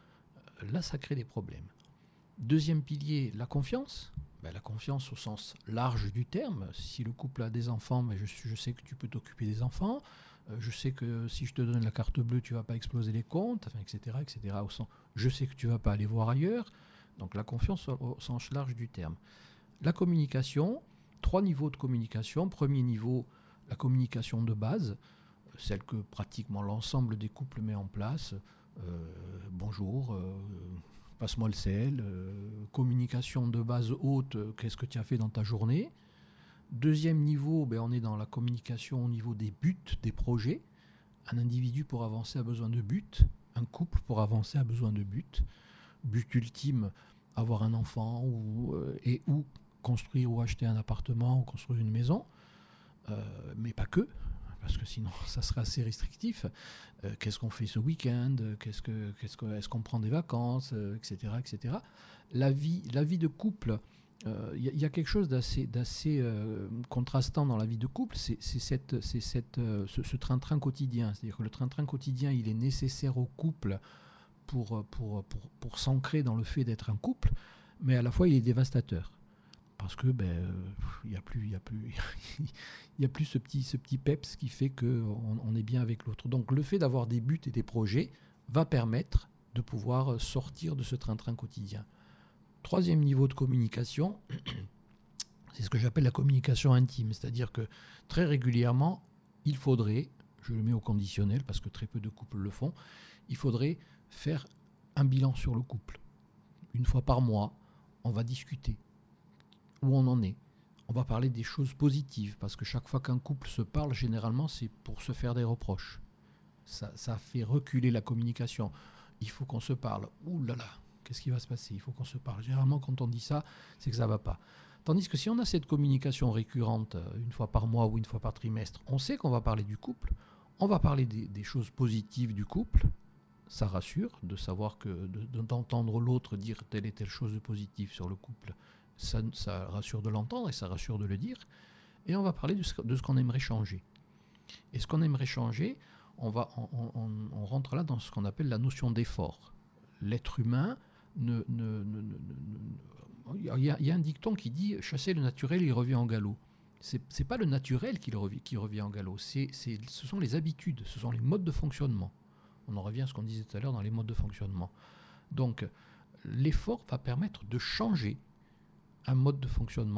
là ça crée des problèmes. Deuxième pilier, la confiance. Ben, la confiance au sens large du terme. Si le couple a des enfants, ben, je, je sais que tu peux t'occuper des enfants. Euh, je sais que si je te donne la carte bleue, tu ne vas pas exploser les comptes, enfin, et cetera, et cetera. Au sens, je sais que tu ne vas pas aller voir ailleurs. Donc la confiance au, au sens large du terme. La communication, trois niveaux de communication. Premier niveau, la communication de base, celle que pratiquement l'ensemble des couples met en place. Euh, bonjour, euh, passe-moi le sel, euh, communication de base haute, euh, qu'est-ce que tu as fait dans ta journée. Deuxième niveau, ben on est dans la communication au niveau des buts, des projets. Un individu pour avancer a besoin de buts, un couple pour avancer a besoin de buts. But ultime, avoir un enfant ou, euh, et ou construire ou acheter un appartement ou construire une maison, euh, mais pas que. Parce que sinon, ça serait assez restrictif. Euh, qu'est-ce qu'on fait ce week-end ? Qu'est-ce que, qu'est-ce que, est-ce qu'on prend des vacances, euh, et cetera, et cetera. La vie, la vie de couple, il euh, y, y a quelque chose d'assez, d'assez euh, contrastant dans la vie de couple, c'est, c'est, cette, c'est cette, euh, ce, ce train-train quotidien. C'est-à-dire que le train-train quotidien, il est nécessaire au couple pour, pour, pour, pour s'ancrer dans le fait d'être un couple, mais à la fois, il est dévastateur. Parce que ben il euh, n'y a plus il y a plus il y a plus ce petit ce petit peps qui fait que on, on est bien avec l'autre. Donc le fait d'avoir des buts et des projets va permettre de pouvoir sortir de ce train-train quotidien. Troisième niveau de communication, c'est ce que j'appelle la communication intime, c'est-à-dire que très régulièrement, il faudrait, je le mets au conditionnel parce que très peu de couples le font, il faudrait faire un bilan sur le couple. Une fois par mois, on va discuter où on en est. On va parler des choses positives, parce que chaque fois qu'un couple se parle, généralement, c'est pour se faire des reproches. Ça, ça fait reculer la communication. Il faut qu'on se parle. Ouh là là, qu'est-ce qui va se passer ? Il faut qu'on se parle. Généralement, quand on dit ça, c'est que ça ne va pas. Tandis que si on a cette communication récurrente, une fois par mois ou une fois par trimestre, on sait qu'on va parler du couple, on va parler des, des choses positives du couple. Ça rassure de savoir que, de, d'entendre l'autre dire telle et telle chose de positive sur le couple. Ça, ça rassure de l'entendre et ça rassure de le dire. Et on va parler de ce, de ce qu'on aimerait changer. Et ce qu'on aimerait changer, on, va, on, on, on rentre là dans ce qu'on appelle la notion d'effort. L'être humain, ne, ne, ne, ne, ne, il, y a, il y a un dicton qui dit « chasser le naturel, il revient en galop ». Ce n'est pas le naturel qui, le revient, qui revient en galop, c'est, c'est, ce sont les habitudes, ce sont les modes de fonctionnement. On en revient à ce qu'on disait tout à l'heure dans les modes de fonctionnement. Donc, l'effort va permettre de changer un mode de fonctionnement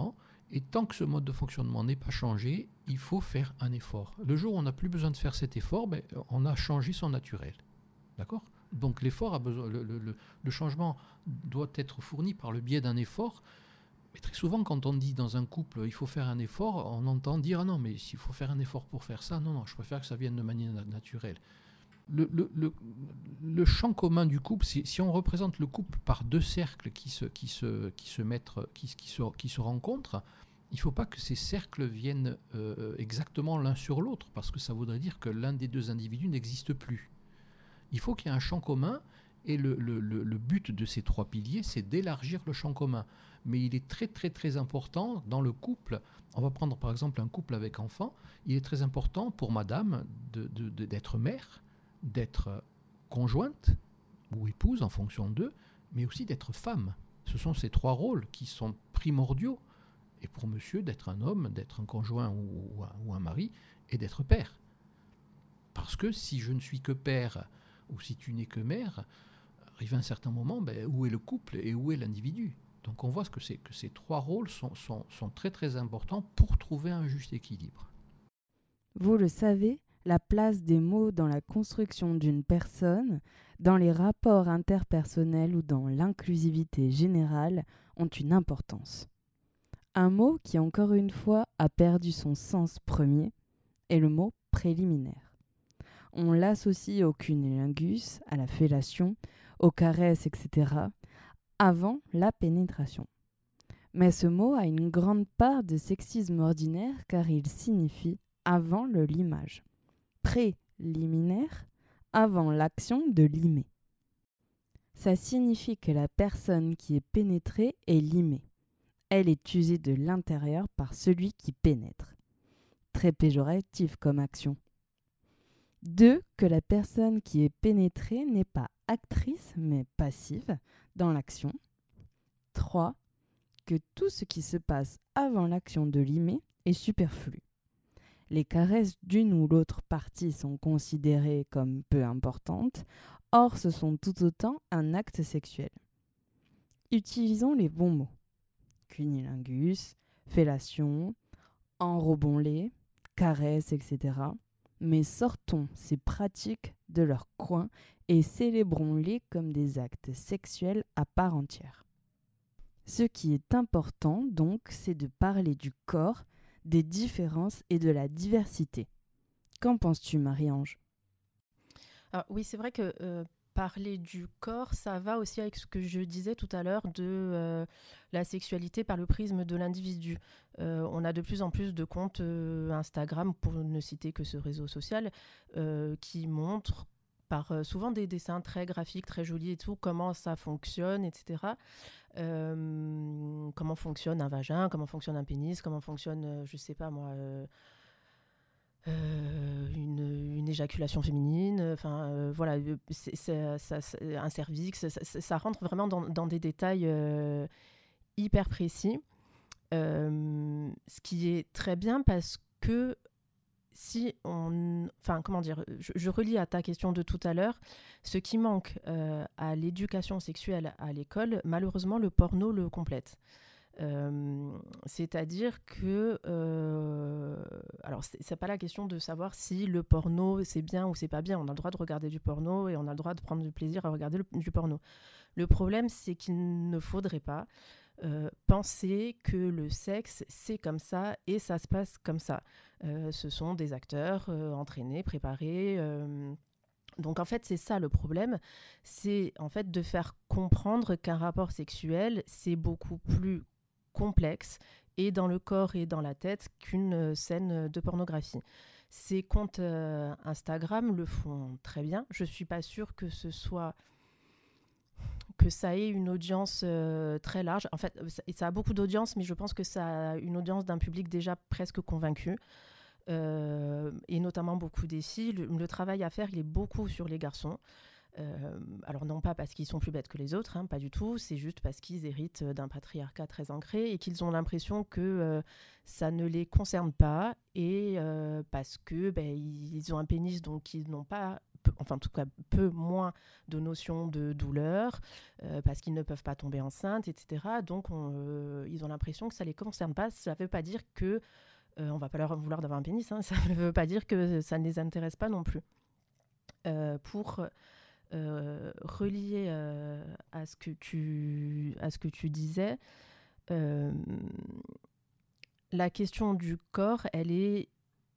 Et tant que ce mode de fonctionnement n'est pas changé, il faut faire un effort. Le jour où on n'a plus besoin de faire cet effort, ben, on a changé son naturel. D'accord ? Donc l'effort a besoin, le, le, le changement doit être fourni par le biais d'un effort. Mais très souvent, quand on dit dans un couple, il faut faire un effort, on entend dire, ah non, mais s'il faut faire un effort pour faire ça, non, non, je préfère que ça vienne de manière naturelle. Le, le, le, le champ commun du couple, si, si on représente le couple par deux cercles qui se, qui se, qui se, mettent, qui, qui se, qui se rencontrent, il ne faut pas que ces cercles viennent euh, exactement l'un sur l'autre, parce que ça voudrait dire que l'un des deux individus n'existe plus. Il faut qu'il y ait un champ commun, et le, le, le, le but de ces trois piliers, c'est d'élargir le champ commun. Mais il est très très très important dans le couple, on va prendre par exemple un couple avec enfants, il est très important pour madame de, de, de, d'être mère, d'être conjointe ou épouse en fonction d'eux, mais aussi d'être femme. Ce sont ces trois rôles qui sont primordiaux. Et pour monsieur, d'être un homme, d'être un conjoint ou, ou, un, ou un mari, et d'être père. Parce que si je ne suis que père, ou si tu n'es que mère, arrive un certain moment, ben, où est le couple et où est l'individu ? Donc on voit que, c'est, que ces trois rôles sont, sont, sont très très importants pour trouver un juste équilibre. Vous le savez, la place des mots dans la construction d'une personne, dans les rapports interpersonnels ou dans l'inclusivité générale ont une importance. Un mot qui, encore une fois, a perdu son sens premier est le mot préliminaire. On l'associe au cunnilingus, à la fellation, aux caresses, et cetera, avant la pénétration. Mais ce mot a une grande part de sexisme ordinaire car il signifie avant le limage. Préliminaire, avant l'action de limer. Ça signifie que la personne qui est pénétrée est limée. Elle est usée de l'intérieur par celui qui pénètre. Très péjoratif comme action. Deux, que la personne qui est pénétrée n'est pas actrice mais passive dans l'action. Trois, que tout ce qui se passe avant l'action de limer est superflu. Les caresses d'une ou l'autre partie sont considérées comme peu importantes, or ce sont tout autant un acte sexuel. Utilisons les bons mots. Cunnilingus, fellation, enrobons-les, caresses, et cetera. Mais sortons ces pratiques de leur coin et célébrons-les comme des actes sexuels à part entière. Ce qui est important, donc, c'est de parler du corps, des différences et de la diversité. Qu'en penses-tu, Marie-Ange ? Alors, oui, c'est vrai que euh, parler du corps, ça va aussi avec ce que je disais tout à l'heure de euh, la sexualité par le prisme de l'individu. Euh, on a de plus en plus de comptes euh, Instagram, pour ne citer que ce réseau social, euh, qui montrent par euh, souvent des dessins très graphiques, très jolis et tout, comment ça fonctionne, et cetera. Euh, comment fonctionne un vagin, comment fonctionne un pénis, comment fonctionne, euh, je sais pas moi, euh, euh, une, une éjaculation féminine, enfin euh, voilà, c'est, c'est, ça, c'est un cervix, ça, ça, ça rentre vraiment dans, dans des détails euh, hyper précis, euh, ce qui est très bien parce que si on, enfin comment dire, je, je relis à ta question de tout à l'heure, ce qui manque euh, à l'éducation sexuelle à l'école, malheureusement le porno le complète. Euh, c'est-à-dire que, euh, alors c'est, c'est pas la question de savoir si le porno c'est bien ou c'est pas bien. On a le droit de regarder du porno et on a le droit de prendre du plaisir à regarder le, du porno. Le problème c'est qu'il ne faudrait pas euh, penser que le sexe c'est comme ça et ça se passe comme ça. Euh, ce sont des acteurs euh, entraînés, préparés. Euh, donc en fait c'est ça le problème, c'est en fait de faire comprendre qu'un rapport sexuel c'est beaucoup plus complexe et dans le corps et dans la tête qu'une scène de pornographie. Ces comptes euh, Instagram le font très bien. Je ne suis pas sûre que ce soit que ça ait une audience euh, très large. En fait, ça, ça a beaucoup d'audience, mais je pense que ça a une audience d'un public déjà presque convaincu. Euh, et notamment beaucoup des filles. Le, le travail à faire, il est beaucoup sur les garçons. Euh, alors non pas parce qu'ils sont plus bêtes que les autres, hein, pas du tout, c'est juste parce qu'ils héritent d'un patriarcat très ancré et qu'ils ont l'impression que euh, ça ne les concerne pas et euh, parce que ben, ils ont un pénis donc ils n'ont pas peu, enfin en tout cas peu moins de notions de douleur, euh, parce qu'ils ne peuvent pas tomber enceintes, et cetera. Donc on, euh, ils ont l'impression que ça ne les concerne pas. Ça ne veut pas dire que euh, on ne va pas leur vouloir d'avoir un pénis, hein. Ça ne veut pas dire que ça ne les intéresse pas non plus. Euh, pour euh, relier euh, à, ce que tu, à ce que tu disais, euh, la question du corps, elle est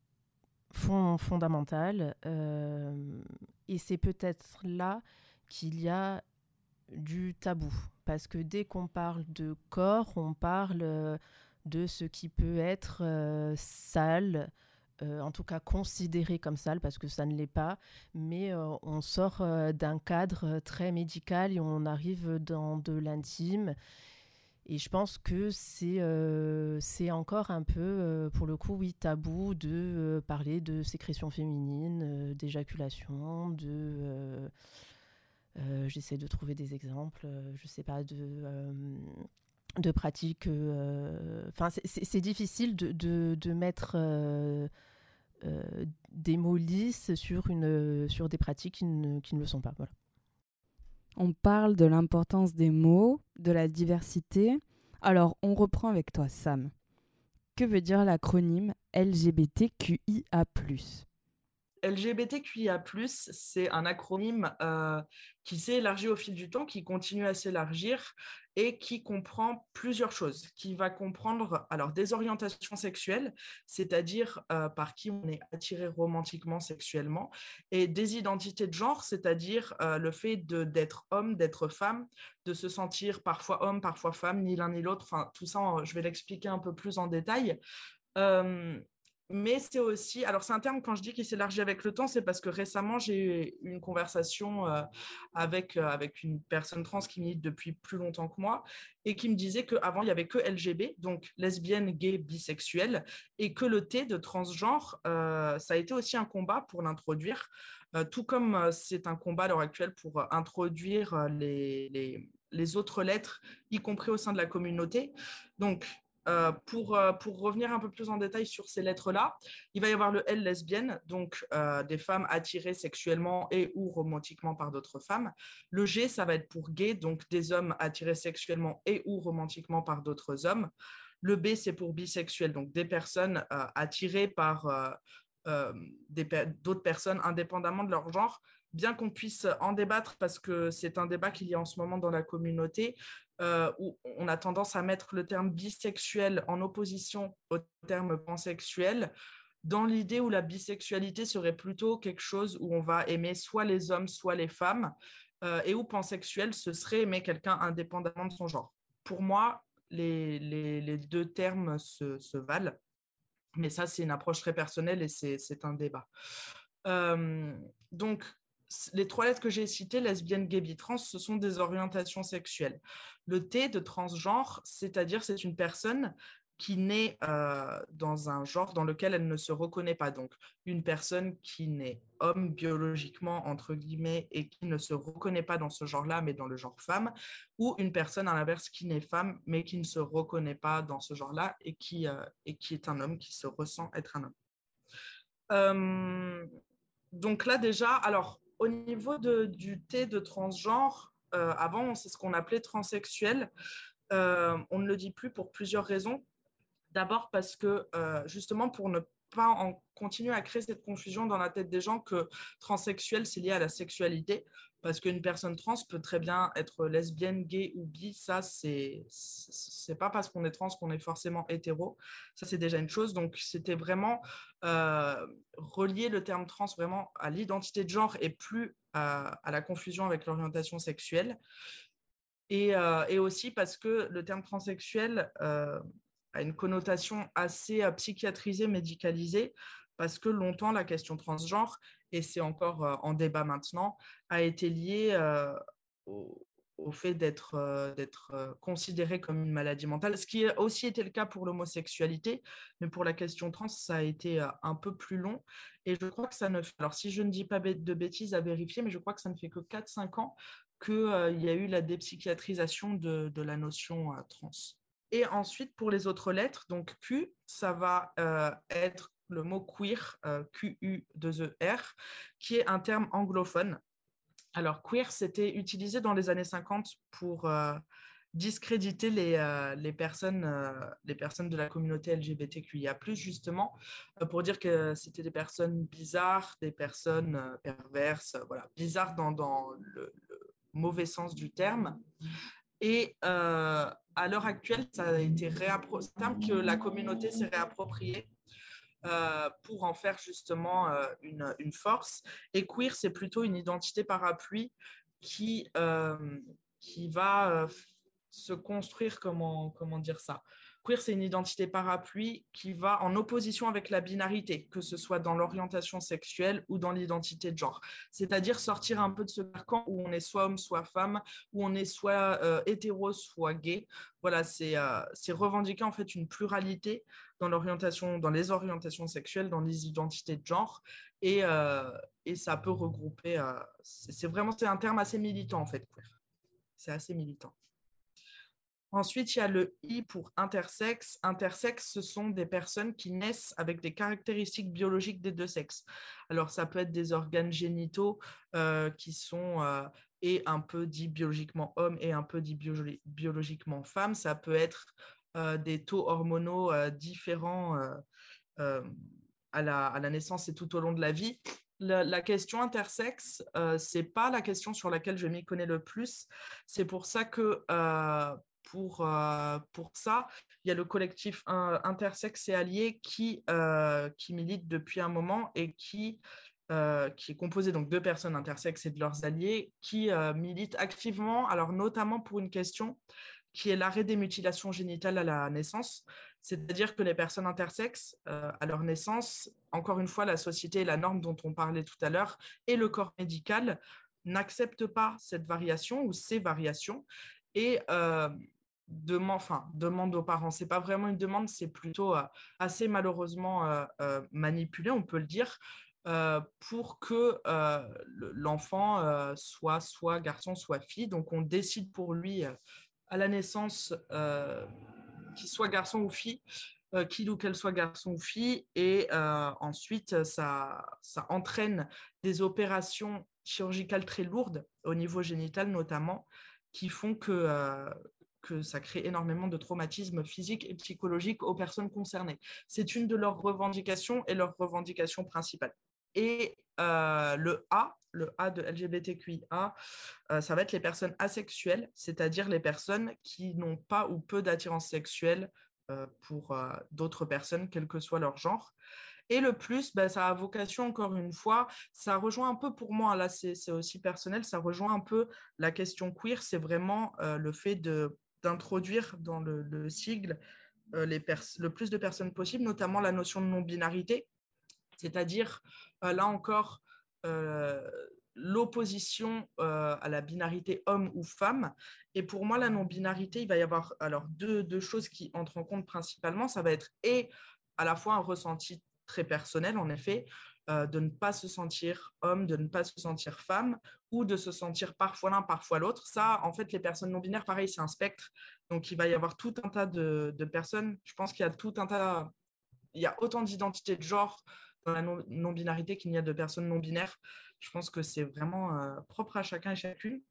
fond, fondamentale, euh, et c'est peut-être là qu'il y a du tabou, parce que dès qu'on parle de corps, on parle de ce qui peut être euh, sale, euh, en tout cas considéré comme sale, parce que ça ne l'est pas, mais euh, on sort euh, d'un cadre très médical et on arrive dans de l'intime. Et je pense que c'est, euh, c'est encore un peu, euh, pour le coup, oui, tabou de euh, parler de sécrétion féminine, euh, d'éjaculation, de... Euh, euh, j'essaie de trouver des exemples, euh, je sais pas, de... Euh, de pratiques... Enfin, euh, c'est, c'est, c'est difficile de, de, de mettre... Euh, euh, des mots lisses sur, une, sur des pratiques qui ne, qui ne le sont pas. Voilà. On parle de l'importance des mots, de la diversité. Alors, on reprend avec toi, Sam. Que veut dire l'acronyme L G B T Q I A plus ? L G B T Q I A plus, c'est un acronyme euh, qui s'est élargi au fil du temps, qui continue à s'élargir et qui comprend plusieurs choses, qui va comprendre alors des orientations sexuelles, c'est-à-dire euh, par qui on est attiré romantiquement, sexuellement, et des identités de genre, c'est-à-dire euh, le fait de, d'être homme, d'être femme, de se sentir parfois homme, parfois femme, ni l'un ni l'autre. Enfin, tout ça, je vais l'expliquer un peu plus en détail. Euh, Mais c'est aussi, alors c'est un terme quand je dis qu'il s'élargit avec le temps, c'est parce que récemment j'ai eu une conversation euh, avec, euh, avec une personne trans qui milite depuis plus longtemps que moi et qui me disait qu'avant il n'y avait que L G B, donc lesbienne, gay, bisexuelle, et que le T de transgenre, euh, ça a été aussi un combat pour l'introduire, euh, tout comme euh, c'est un combat à l'heure actuelle pour euh, introduire euh, les, les, les autres lettres, y compris au sein de la communauté. Donc, Euh, pour, euh, pour revenir un peu plus en détail sur ces lettres-là, il va y avoir le L lesbienne, donc euh, des femmes attirées sexuellement et ou romantiquement par d'autres femmes. Le G, ça va être pour gay, donc des hommes attirés sexuellement et ou romantiquement par d'autres hommes. Le B, c'est pour bisexuel, donc des personnes euh, attirées par euh, euh, des, d'autres personnes indépendamment de leur genre, bien qu'on puisse en débattre parce que c'est un débat qu'il y a en ce moment dans la communauté. Euh, où on a tendance à mettre le terme bisexuel en opposition au terme pansexuel, dans l'idée où la bisexualité serait plutôt quelque chose où on va aimer soit les hommes, soit les femmes, euh, et où pansexuel, ce serait aimer quelqu'un indépendamment de son genre. Pour moi, les, les, les deux termes se, se valent, mais ça, c'est une approche très personnelle et c'est, c'est un débat. Euh, donc, les trois lettres que j'ai citées, lesbienne, gay, bi, trans, ce sont des orientations sexuelles. Le T de transgenre, c'est-à-dire c'est une personne qui naît euh, dans un genre dans lequel elle ne se reconnaît pas. Donc, une personne qui naît homme biologiquement, entre guillemets, et qui ne se reconnaît pas dans ce genre-là, mais dans le genre femme, ou une personne, à l'inverse, qui naît femme, mais qui ne se reconnaît pas dans ce genre-là, et qui, euh, et qui est un homme, qui se ressent être un homme. Euh, donc là, déjà, alors, au niveau de, du T de transgenre, euh, avant, c'est ce qu'on appelait transsexuel. Euh, on ne le dit plus pour plusieurs raisons. D'abord parce que, euh, justement, pour ne pas en continuer à créer cette confusion dans la tête des gens que transsexuel, c'est lié à la sexualité, parce qu'une personne trans peut très bien être lesbienne, gay ou bi. Ça, c'est, c'est pas parce qu'on est trans qu'on est forcément hétéro. Ça, c'est déjà une chose. Donc, c'était vraiment euh, relier le terme trans vraiment à l'identité de genre et plus à, à la confusion avec l'orientation sexuelle. Et, euh, et aussi parce que le terme transsexuel euh, a une connotation assez euh, psychiatrisée, médicalisée, parce que longtemps, la question transgenre, et c'est encore euh, en débat maintenant, a été liée euh, au, au fait d'être, euh, d'être euh, considéré comme une maladie mentale, ce qui a aussi été le cas pour l'homosexualité, mais pour la question trans, ça a été euh, un peu plus long. Et je crois que ça ne fait... Alors, si je ne dis pas de bêtises à vérifier, mais je crois que ça ne fait que quatre à cinq ans qu'il euh, y a eu la dépsychiatrisation de, de la notion euh, trans. Et ensuite, pour les autres lettres, donc Q, ça va euh, être le mot queer, euh, Q U deux E R, qui est un terme anglophone. Alors, queer, c'était utilisé dans les années cinquante pour euh, discréditer les, euh, les, personnes, euh, les personnes de la communauté L G B T Q I A plus, justement, euh, pour dire que c'était des personnes bizarres, des personnes euh, perverses, euh, voilà, bizarres dans, dans le, le mauvais sens du terme. Et euh, à l'heure actuelle, ça a été réappro- c'est un terme que la communauté s'est réapproprié euh, pour en faire justement euh, une, une force. Et queer, c'est plutôt une identité parapluie qui, euh, qui va euh, se construire, comment, comment dire ça. Queer, c'est une identité parapluie qui va en opposition avec la binarité, que ce soit dans l'orientation sexuelle ou dans l'identité de genre. C'est-à-dire sortir un peu de ce carcan où on est soit homme, soit femme, où on est soit euh, hétéro, soit gay. Voilà, c'est, euh, c'est revendiquer en fait une pluralité dans l'orientation, dans les orientations sexuelles, dans les identités de genre, et, euh, et ça peut regrouper. Euh, c'est, c'est vraiment c'est un terme assez militant en fait, queer. C'est assez militant. Ensuite, il y a le I pour intersexe. Intersexe, ce sont des personnes qui naissent avec des caractéristiques biologiques des deux sexes. Alors, ça peut être des organes génitaux euh, qui sont euh, et un peu dits biologiquement hommes et un peu dits bio- biologiquement femmes. Ça peut être euh, des taux hormonaux euh, différents euh, euh, à, la, à la naissance et tout au long de la vie. La, la question intersexe, euh, ce n'est pas la question sur laquelle je m'y connais le plus. C'est pour ça que... Euh, Pour, euh, pour ça, il y a le collectif euh, Intersexe et Alliés qui, euh, qui milite depuis un moment et qui, euh, qui est composé donc de personnes intersexes et de leurs alliés qui euh, militent activement, alors notamment pour une question qui est l'arrêt des mutilations génitales à la naissance. C'est-à-dire que les personnes intersexes, euh, à leur naissance, encore une fois, la société et la norme dont on parlait tout à l'heure et le corps médical n'acceptent pas cette variation ou ces variations et euh, demande, enfin, demande aux parents. Ce n'est pas vraiment une demande, c'est plutôt euh, assez malheureusement euh, euh, manipulé, on peut le dire, euh, pour que euh, l'enfant euh, soit soit garçon, soit fille. Donc, on décide pour lui euh, à la naissance euh, qu'il soit garçon ou fille, euh, qu'il ou qu'elle soit garçon ou fille. Et euh, ensuite, ça, ça entraîne des opérations chirurgicales très lourdes, au niveau génital notamment, qui font que, euh, que ça crée énormément de traumatismes physiques et psychologiques aux personnes concernées. C'est une de leurs revendications et leur revendication principale. Et euh, le A, le A de L G B T Q I A, euh, ça va être les personnes asexuelles, c'est-à-dire les personnes qui n'ont pas ou peu d'attirance sexuelle euh, pour euh, d'autres personnes, quel que soit leur genre. Et le plus, bah, ça a vocation, encore une fois, ça rejoint un peu pour moi, là c'est, c'est aussi personnel, ça rejoint un peu la question queer, c'est vraiment euh, le fait de, d'introduire dans le, le sigle euh, les pers- le plus de personnes possible, notamment la notion de non-binarité, c'est-à-dire, euh, là encore, euh, l'opposition euh, à la binarité homme ou femme. Et pour moi, la non-binarité, il va y avoir alors deux, deux choses qui entrent en compte principalement. Ça va être et à la fois un ressenti très personnel, en effet, euh, de ne pas se sentir homme, de ne pas se sentir femme, ou de se sentir parfois l'un, parfois l'autre. Ça, en fait, les personnes non-binaires, pareil, c'est un spectre. Donc, il va y avoir tout un tas de, de personnes. Je pense qu'il y a tout un tas... Il y a autant d'identités de genre dans la non-binarité qu'il n'y a de personnes non-binaires. Je pense que c'est vraiment euh, propre à chacun et chacune.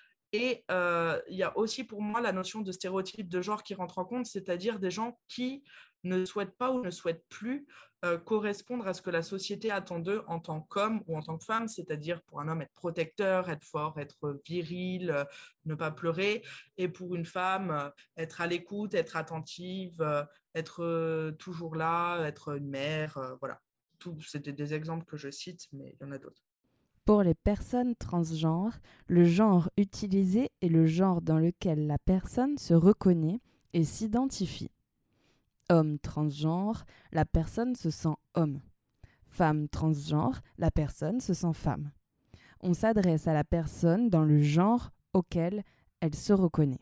Et euh, il y a aussi pour moi la notion de stéréotype de genre qui rentre en compte, c'est-à-dire des gens qui ne souhaitent pas ou ne souhaitent plus euh, correspondre à ce que la société attend d'eux en tant qu'homme ou en tant que femme, c'est-à-dire pour un homme être protecteur, être fort, être viril, euh, ne pas pleurer, et pour une femme euh, être à l'écoute, être attentive, euh, être euh, toujours là, être une mère, euh, voilà. Tout, c'était des exemples que je cite, mais il y en a d'autres. Pour les personnes transgenres, le genre utilisé est le genre dans lequel la personne se reconnaît et s'identifie. Homme transgenre, la personne se sent homme. Femme transgenre, la personne se sent femme. On s'adresse à la personne dans le genre auquel elle se reconnaît.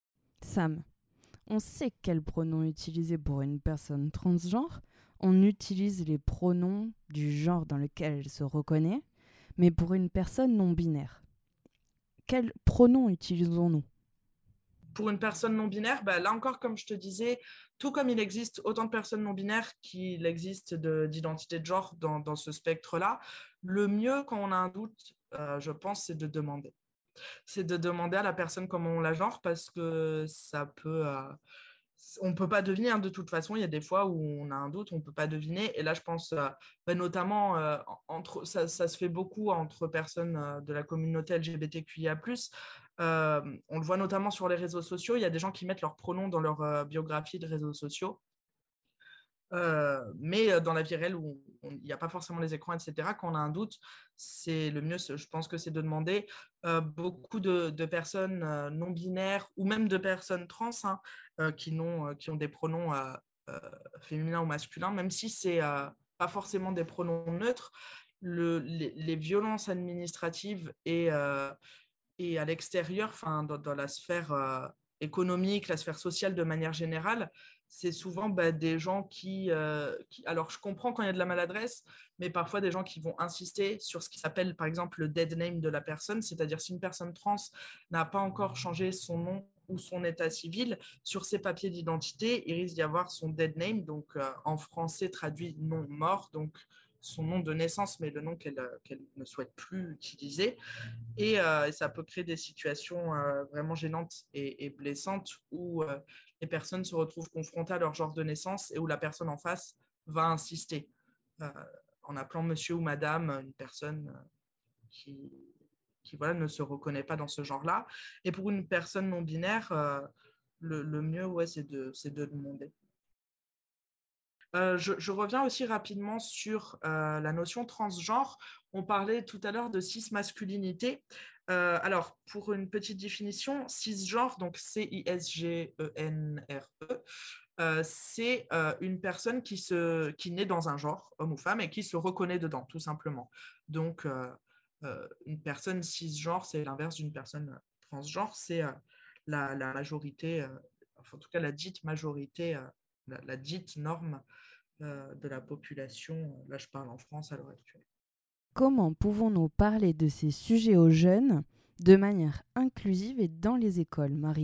Sam, on sait quel pronom utiliser pour une personne transgenre. On utilise les pronoms du genre dans lequel elle se reconnaît. Mais pour une personne non-binaire, quel pronom utilisons-nous ? pour une personne non-binaire, bah, là encore, comme je te disais, tout comme il existe autant de personnes non-binaires qu'il existe de, d'identité de genre dans, dans ce spectre-là, le mieux quand on a un doute, euh, je pense, c'est de demander. C'est de demander à la personne comment on la genre parce que ça peut... Euh, on ne peut pas deviner, hein, de toute façon. Il y a des fois où on a un doute, on ne peut pas deviner. Et là, je pense euh, bah, notamment, euh, entre, ça, ça se fait beaucoup entre personnes euh, de la communauté L G B T Q I A plus. Euh, on le voit notamment sur les réseaux sociaux. Il y a des gens qui mettent leurs pronoms dans leur euh, biographie de réseaux sociaux. Euh, mais dans la vie réelle où il n'y a pas forcément les écrans, et cetera, quand on a un doute, c'est le mieux, je pense que c'est de demander. Euh, beaucoup de, de personnes euh, non-binaires ou même de personnes trans hein, euh, qui, n'ont, euh, qui ont des pronoms euh, euh, féminins ou masculins, même si ce n'est euh, pas forcément des pronoms neutres, le, les, les violences administratives et, euh, et à l'extérieur, dans, dans la sphère euh, économique, la sphère sociale de manière générale, c'est souvent bah, des gens qui, euh, qui... Alors, je comprends quand il y a de la maladresse, mais parfois des gens qui vont insister sur ce qui s'appelle, par exemple, le dead name de la personne, c'est-à-dire si une personne trans n'a pas encore changé son nom ou son état civil, sur ses papiers d'identité, il risque d'y avoir son dead name, donc euh, en français traduit non mort, donc son nom de naissance, mais le nom qu'elle, qu'elle ne souhaite plus utiliser. Et, euh, et ça peut créer des situations euh, vraiment gênantes et, et blessantes où euh, les personnes se retrouvent confrontées à leur genre de naissance et où la personne en face va insister euh, en appelant monsieur ou madame une personne euh, qui, qui voilà, ne se reconnaît pas dans ce genre-là. Et pour une personne non-binaire, euh, le, le mieux, ouais, c'est de, c'est de demander. Euh, je, je reviens aussi rapidement sur euh, la notion transgenre. On parlait tout à l'heure de cismasculinité. Euh, alors, pour une petite définition, cisgenre, donc C I S G E N R E, euh, c'est euh, une personne qui, se, qui naît dans un genre, homme ou femme, et qui se reconnaît dedans, tout simplement. Donc, euh, euh, une personne cisgenre, c'est l'inverse d'une personne transgenre, c'est euh, la, la majorité, euh, enfin, en tout cas la dite majorité, euh, la, la dite norme euh, de la population. Là, je parle en France à l'heure actuelle. Comment pouvons-nous parler de ces sujets aux jeunes de manière inclusive et dans les écoles, Marie-Ange ?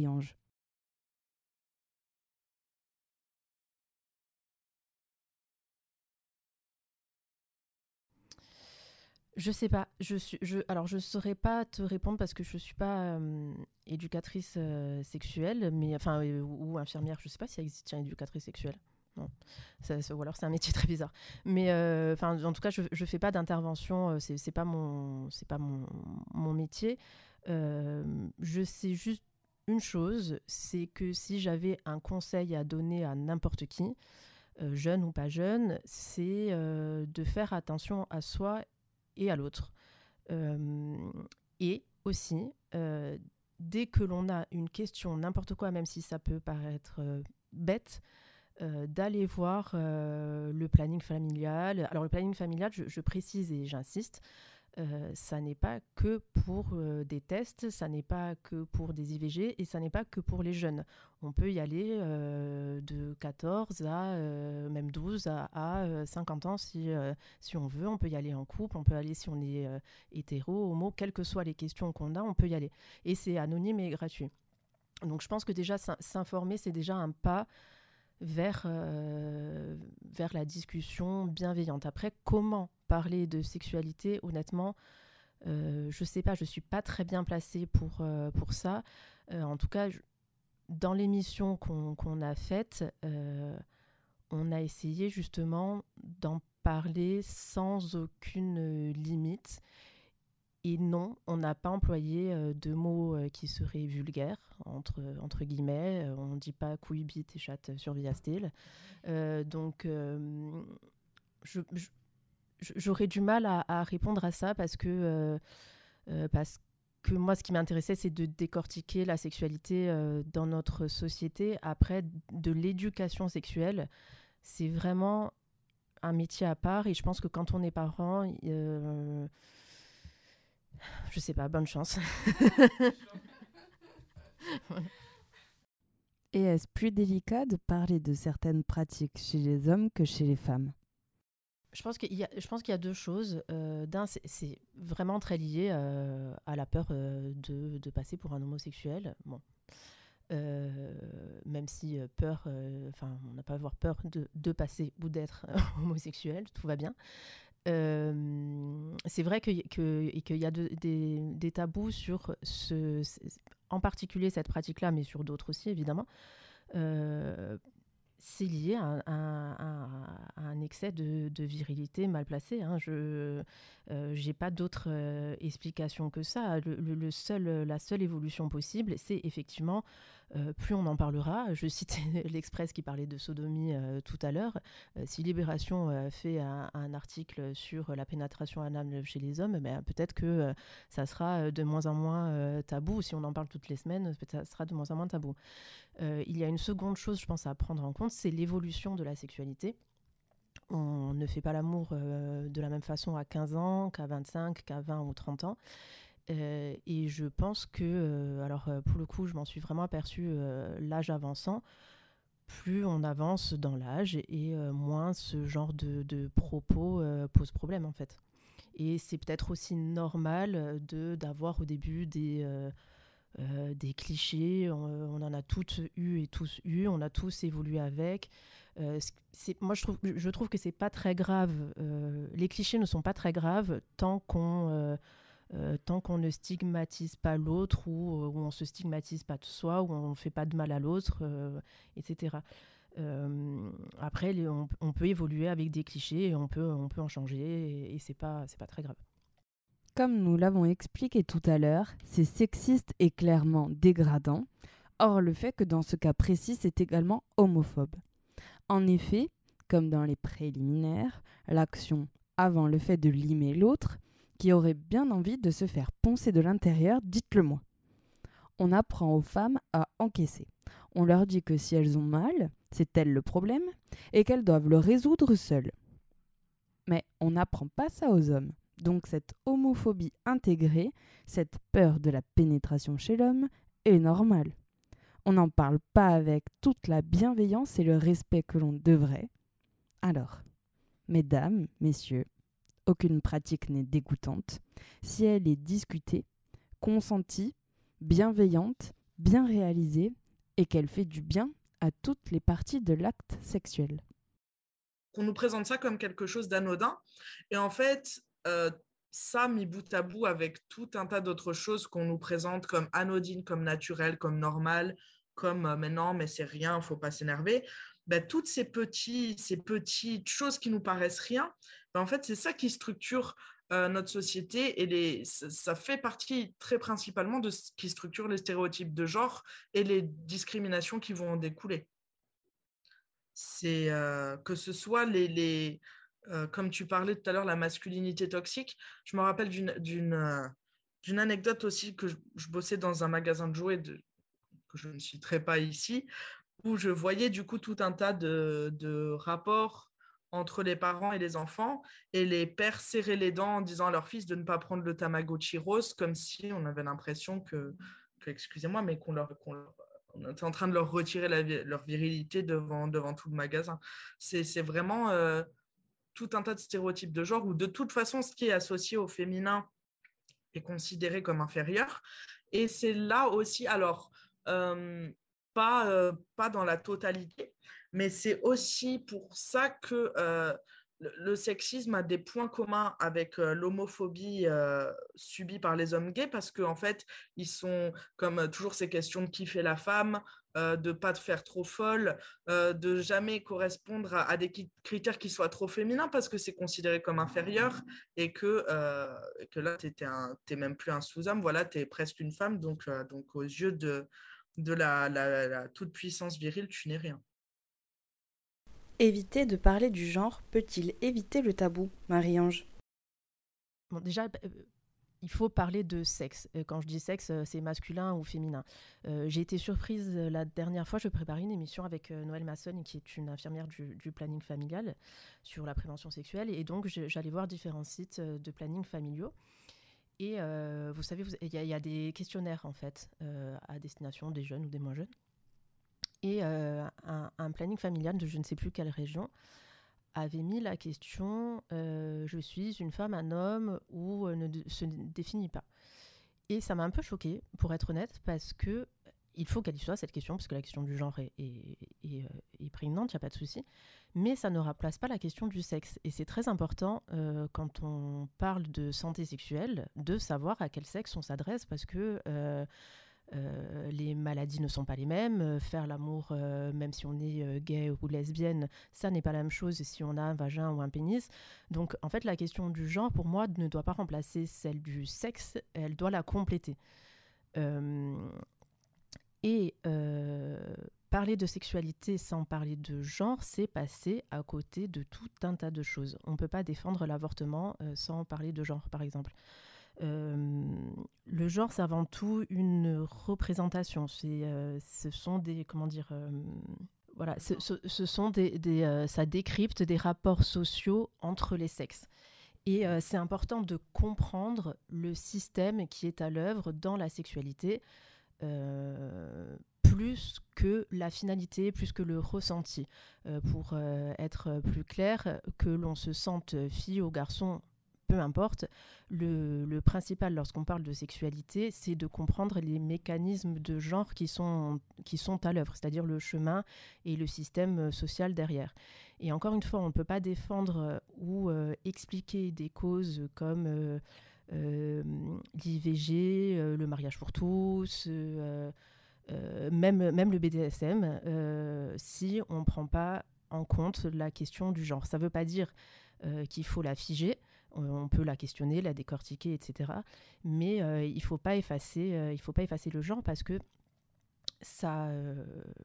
Je sais pas. Je suis, je, alors, je saurais pas te répondre parce que je suis pas euh, éducatrice euh, sexuelle, mais enfin euh, ou, ou infirmière. Je sais pas si ça existe une éducatrice sexuelle. Non. Ça, ça, ou alors c'est un métier très bizarre. Mais enfin, euh, en tout cas, je, je fais pas d'intervention. Euh, c'est, c'est pas mon, c'est pas mon, mon métier. Euh, je sais juste une chose, c'est que si j'avais un conseil à donner à n'importe qui, euh, jeune ou pas jeune, c'est euh, de faire attention à soi et à l'autre. Euh, et aussi, euh, dès que l'on a une question, n'importe quoi, même si ça peut paraître euh, bête, euh, d'aller voir euh, le planning familial. Alors le planning familial, je, je précise et j'insiste, euh, ça n'est pas que pour euh, des tests, ça n'est pas que pour des I V G et ça n'est pas que pour les jeunes. On peut y aller euh, de quatorze à euh, même douze à, à cinquante ans si, euh, si on veut. On peut y aller en couple, on peut aller si on est euh, hétéro, homo, quelles que soient les questions qu'on a, on peut y aller. Et c'est anonyme et gratuit. Donc je pense que déjà s'informer, c'est déjà un pas vers, euh, vers la discussion bienveillante. Après, comment parler de sexualité, honnêtement, euh, je ne sais pas, je ne suis pas très bien placée pour, euh, pour ça. Euh, en tout cas, je, dans l'émission qu'on, qu'on a faite, euh, on a essayé justement d'en parler sans aucune limite. Et non, on n'a pas employé euh, de mots euh, qui seraient vulgaires, entre, entre guillemets. Euh, on ne dit pas couille, bite et chatte sur Via Steel. Euh, donc, euh, je, je, j'aurais du mal à, à répondre à ça parce que, euh, euh, parce que moi, ce qui m'intéressait, c'est de décortiquer la sexualité euh, dans notre société. Après, de l'éducation sexuelle, c'est vraiment un métier à part. Et je pense que quand on est parent... Euh, Je sais pas, bonne chance. Et est-ce plus délicat de parler de certaines pratiques chez les hommes que chez les femmes ? Je pense qu'il y a, je pense qu'il y a deux choses. Euh, d'un, c'est, c'est vraiment très lié euh, à la peur euh, de, de passer pour un homosexuel. Bon. Euh, même si euh, peur, enfin, euh, on n'a pas à avoir peur de, de passer ou d'être homosexuel, tout va bien. Euh, c'est vrai que, que, et qu'il y a de, des, des tabous sur ce, en particulier cette pratique-là, mais sur d'autres aussi, évidemment. Euh, c'est lié à, à, à, à un excès de, de virilité mal placé. Hein. Je n'ai euh, pas d'autre euh, explication que ça. Le, le, le seul, la seule évolution possible, c'est effectivement, euh, plus on en parlera, je citais l'Express qui parlait de sodomie euh, tout à l'heure, euh, si Libération euh, fait un, un article sur la pénétration anale chez les hommes, ben, peut-être que euh, ça sera de moins en moins euh, tabou. Si on en parle toutes les semaines, ça sera de moins en moins tabou. Euh, il y a une seconde chose, je pense, à prendre en compte, c'est l'évolution de la sexualité. On ne fait pas l'amour euh, de la même façon à quinze ans qu'à vingt-cinq, qu'à vingt ou trente ans. Euh, et je pense que, euh, alors euh, pour le coup, je m'en suis vraiment aperçue euh, l'âge avançant, plus on avance dans l'âge et euh, moins ce genre de, de propos euh, pose problème en fait. Et c'est peut-être aussi normal de, d'avoir au début des... Euh, Euh, des clichés, on, on en a toutes eu et tous eu, on a tous évolué avec. Euh, c'est, moi, je trouve, je trouve que c'est pas très grave. Euh, les clichés ne sont pas très graves tant qu'on, euh, euh, tant qu'on ne stigmatise pas l'autre ou, ou on se stigmatise pas de soi ou on fait pas de mal à l'autre, euh, et cetera. Euh, après, les, on, on peut évoluer avec des clichés et on peut, on peut en changer et, et c'est pas, c'est pas très grave. Comme nous l'avons expliqué tout à l'heure, c'est sexiste et clairement dégradant. Or, le fait que dans ce cas précis, c'est également homophobe. En effet, comme dans les préliminaires, l'action avant le fait de limer l'autre, qui aurait bien envie de se faire poncer de l'intérieur, dites-le moi. On apprend aux femmes à encaisser. On leur dit que si elles ont mal, c'est elles le problème, et qu'elles doivent le résoudre seules. Mais on n'apprend pas ça aux hommes. Donc cette homophobie intégrée, cette peur de la pénétration chez l'homme, est normale. On n'en parle pas avec toute la bienveillance et le respect que l'on devrait. Alors, mesdames, messieurs, aucune pratique n'est dégoûtante si elle est discutée, consentie, bienveillante, bien réalisée et qu'elle fait du bien à toutes les parties de l'acte sexuel. On nous présente ça comme quelque chose d'anodin et en fait... Euh, ça, mis bout à bout avec tout un tas d'autres choses qu'on nous présente comme anodines, comme naturelles, comme normales, comme euh, mais non, mais c'est rien, il ne faut pas s'énerver. Ben, toutes ces, petits, ces petites choses qui nous paraissent rien, ben, en fait, c'est ça qui structure euh, notre société et les, ça, ça fait partie très principalement de ce qui structure les stéréotypes de genre et les discriminations qui vont en découler. C'est euh, que ce soit les... les Euh, comme tu parlais tout à l'heure, la masculinité toxique, je me rappelle d'une, d'une, euh, d'une anecdote aussi que je, je bossais dans un magasin de jouets de, que je ne citerai pas ici, où je voyais du coup tout un tas de, de rapports entre les parents et les enfants, et les pères serraient les dents en disant à leur fils de ne pas prendre le Tamagotchi rose, comme si on avait l'impression que, que excusez-moi, mais qu'on leur... Qu'on leur on était en train de leur retirer la, leur virilité devant, devant tout le magasin. C'est, c'est vraiment... Euh, tout un tas de stéréotypes de genre où de toute façon, ce qui est associé au féminin est considéré comme inférieur. Et c'est là aussi, alors, euh, pas, euh, pas dans la totalité, mais c'est aussi pour ça que euh, le, le sexisme a des points communs avec euh, l'homophobie euh, subie par les hommes gays, parce qu'en fait, ils sont, comme euh, toujours ces questions de qui fait la femme, euh, de ne pas te faire trop folle, euh, de jamais correspondre à, à des critères qui soient trop féminins, parce que c'est considéré comme inférieur, et que, euh, que là, tu n'es même plus un sous-homme, voilà, tu es presque une femme, donc, euh, donc aux yeux de, de la, la, la toute-puissance virile, tu n'es rien. Éviter de parler du genre peut-il éviter le tabou, Marie-Ange ? Bon, déjà, euh, il faut parler de sexe. Quand je dis sexe, c'est masculin ou féminin. Euh, j'ai été surprise la dernière fois, je préparais une émission avec euh, Noëlle Masson, qui est une infirmière du, du planning familial sur la prévention sexuelle. Et donc, je, j'allais voir différents sites de planning familiaux. Et euh, vous savez, il y, y a des questionnaires, en fait, euh, à destination des jeunes ou des moins jeunes. Et euh, un, un planning familial de je ne sais plus quelle région avait mis la question euh, « Je suis une femme, un homme » ou euh, ne se définit pas. Et ça m'a un peu choquée, pour être honnête, parce qu'il il faut qu'elle y soit, cette question, parce que la question du genre est, est, est, est prégnante, il n'y a pas de souci. Mais ça ne remplace pas la question du sexe. Et c'est très important, euh, quand on parle de santé sexuelle, de savoir à quel sexe on s'adresse, parce que euh, euh, les maladies ne sont pas les mêmes. Faire l'amour, euh, même si on est euh, gay ou lesbienne, ça n'est pas la même chose si on a un vagin ou un pénis. Donc, en fait, la question du genre, pour moi, ne doit pas remplacer celle du sexe, elle doit la compléter. Euh, et euh, parler de sexualité sans parler de genre, c'est passer à côté de tout un tas de choses. On ne peut pas défendre l'avortement euh, sans parler de genre, par exemple. Euh, le genre, c'est avant tout une représentation. C'est, euh, ce sont des, comment dire, euh, voilà, ce, ce, ce sont des, des euh, ça décrypte des rapports sociaux entre les sexes. Et euh, c'est important de comprendre le système qui est à l'œuvre dans la sexualité, euh, plus que la finalité, plus que le ressenti. Euh, pour euh, être plus clair, que l'on se sente fille ou garçon, peu importe, le, le principal lorsqu'on parle de sexualité, c'est de comprendre les mécanismes de genre qui sont, qui sont à l'œuvre, c'est-à-dire le chemin et le système social derrière. Et encore une fois, on ne peut pas défendre ou euh, expliquer des causes comme euh, euh, l'I V G, euh, le mariage pour tous, euh, euh, même, même le B D S M, euh, si on ne prend pas en compte la question du genre. Ça ne veut pas dire euh, qu'il faut la figer. On peut la questionner, la décortiquer, et cetera. Mais euh, il ne faut pas effacer, euh, il faut pas effacer le genre parce que ça, euh,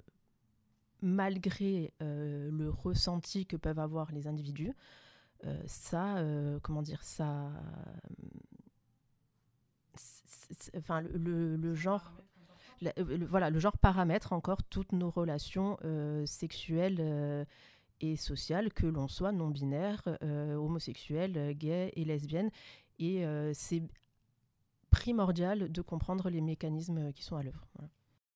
malgré euh, le ressenti que peuvent avoir les individus, euh, ça, euh, comment dire, ça, enfin le, le, le genre, la, le, voilà, le genre paramètre encore toutes nos relations euh, sexuelles. Euh, et sociale, que l'on soit non-binaire, euh, homosexuel, gay et lesbienne. Et euh, c'est primordial de comprendre les mécanismes qui sont à l'œuvre. Voilà.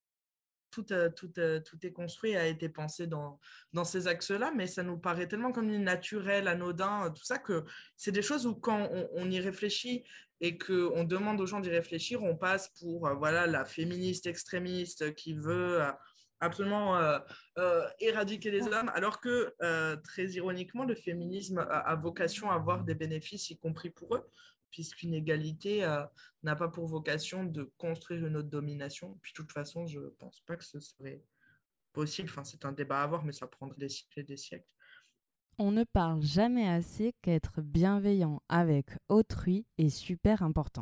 Tout, euh, tout, euh, tout est construit, a été pensé dans, dans ces axes-là, mais ça nous paraît tellement comme naturel, anodin, tout ça, que c'est des choses où quand on, on y réfléchit et qu'on demande aux gens d'y réfléchir, on passe pour euh, voilà, la féministe extrémiste qui veut... Euh, absolument euh, euh, éradiquer les hommes, alors que, euh, très ironiquement, le féminisme a, a vocation à avoir des bénéfices, y compris pour eux, puisqu'une égalité euh, n'a pas pour vocation de construire une autre domination. Puis de toute façon, je ne pense pas que ce serait possible. Enfin, c'est un débat à avoir, mais ça prendrait des siècles et des siècles. On ne parle jamais assez qu'être bienveillant avec autrui est super important.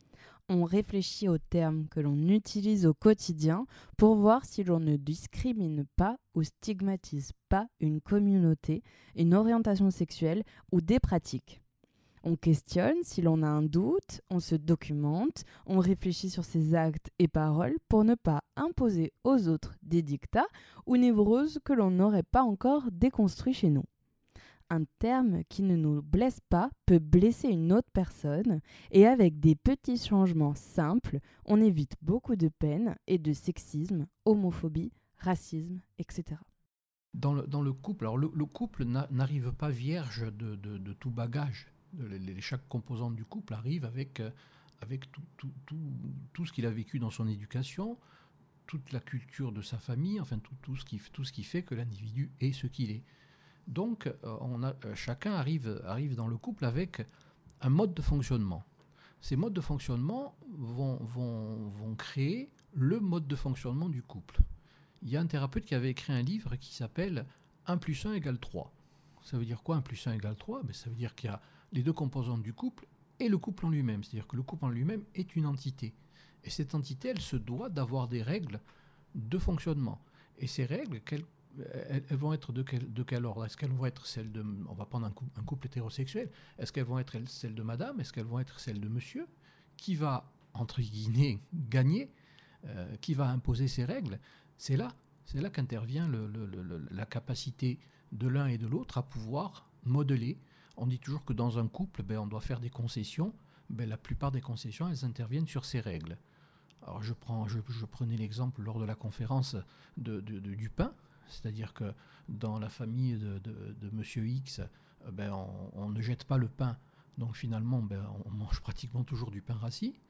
On réfléchit aux termes que l'on utilise au quotidien pour voir si l'on ne discrimine pas ou stigmatise pas une communauté, une orientation sexuelle ou des pratiques. On questionne si l'on a un doute, on se documente, on réfléchit sur ses actes et paroles pour ne pas imposer aux autres des dictats ou névroses que l'on n'aurait pas encore déconstruits chez nous. Un terme qui ne nous blesse pas peut blesser une autre personne et avec des petits changements simples, on évite beaucoup de peine et de sexisme, homophobie, racisme, et cetera. Dans le, dans le couple, alors le, le couple n'a, n'arrive pas vierge de, de, de tout bagage. Les, les, chaque composante du couple arrive avec, euh, avec tout, tout, tout, tout ce qu'il a vécu dans son éducation, toute la culture de sa famille, enfin tout, tout, ce, qui, tout ce qui fait que l'individu est ce qu'il est. Donc, euh, on a, euh, chacun arrive, arrive dans le couple avec un mode de fonctionnement. Ces modes de fonctionnement vont, vont, vont créer le mode de fonctionnement du couple. Il y a un thérapeute qui avait écrit un livre qui s'appelle un plus un égale trois. Ça veut dire quoi, un plus un égale trois ? Ben, ça veut dire qu'il y a les deux composantes du couple et le couple en lui-même. C'est-à-dire que le couple en lui-même est une entité. Et cette entité, elle se doit d'avoir des règles de fonctionnement. Et ces règles, quelles Elles, elles vont être de quel, de quel ordre ? Est-ce qu'elles vont être celles de... On va prendre un couple, un couple hétérosexuel. Est-ce qu'elles vont être celles de madame ? Est-ce qu'elles vont être celles de monsieur ? Qui va, entre guillemets, gagner ? euh, Qui va imposer ces règles ? C'est là, c'est là qu'intervient le, le, le, la capacité de l'un et de l'autre à pouvoir modeler. On dit toujours que dans un couple, ben, on doit faire des concessions. Ben, la plupart des concessions, elles interviennent sur ces règles. Alors je, prends, je, je prenais l'exemple lors de la conférence de, de, de, du pain. C'est-à-dire que dans la famille de, de, de Monsieur X, ben on, on ne jette pas le pain. Donc finalement, ben on mange pratiquement toujours du pain rassis.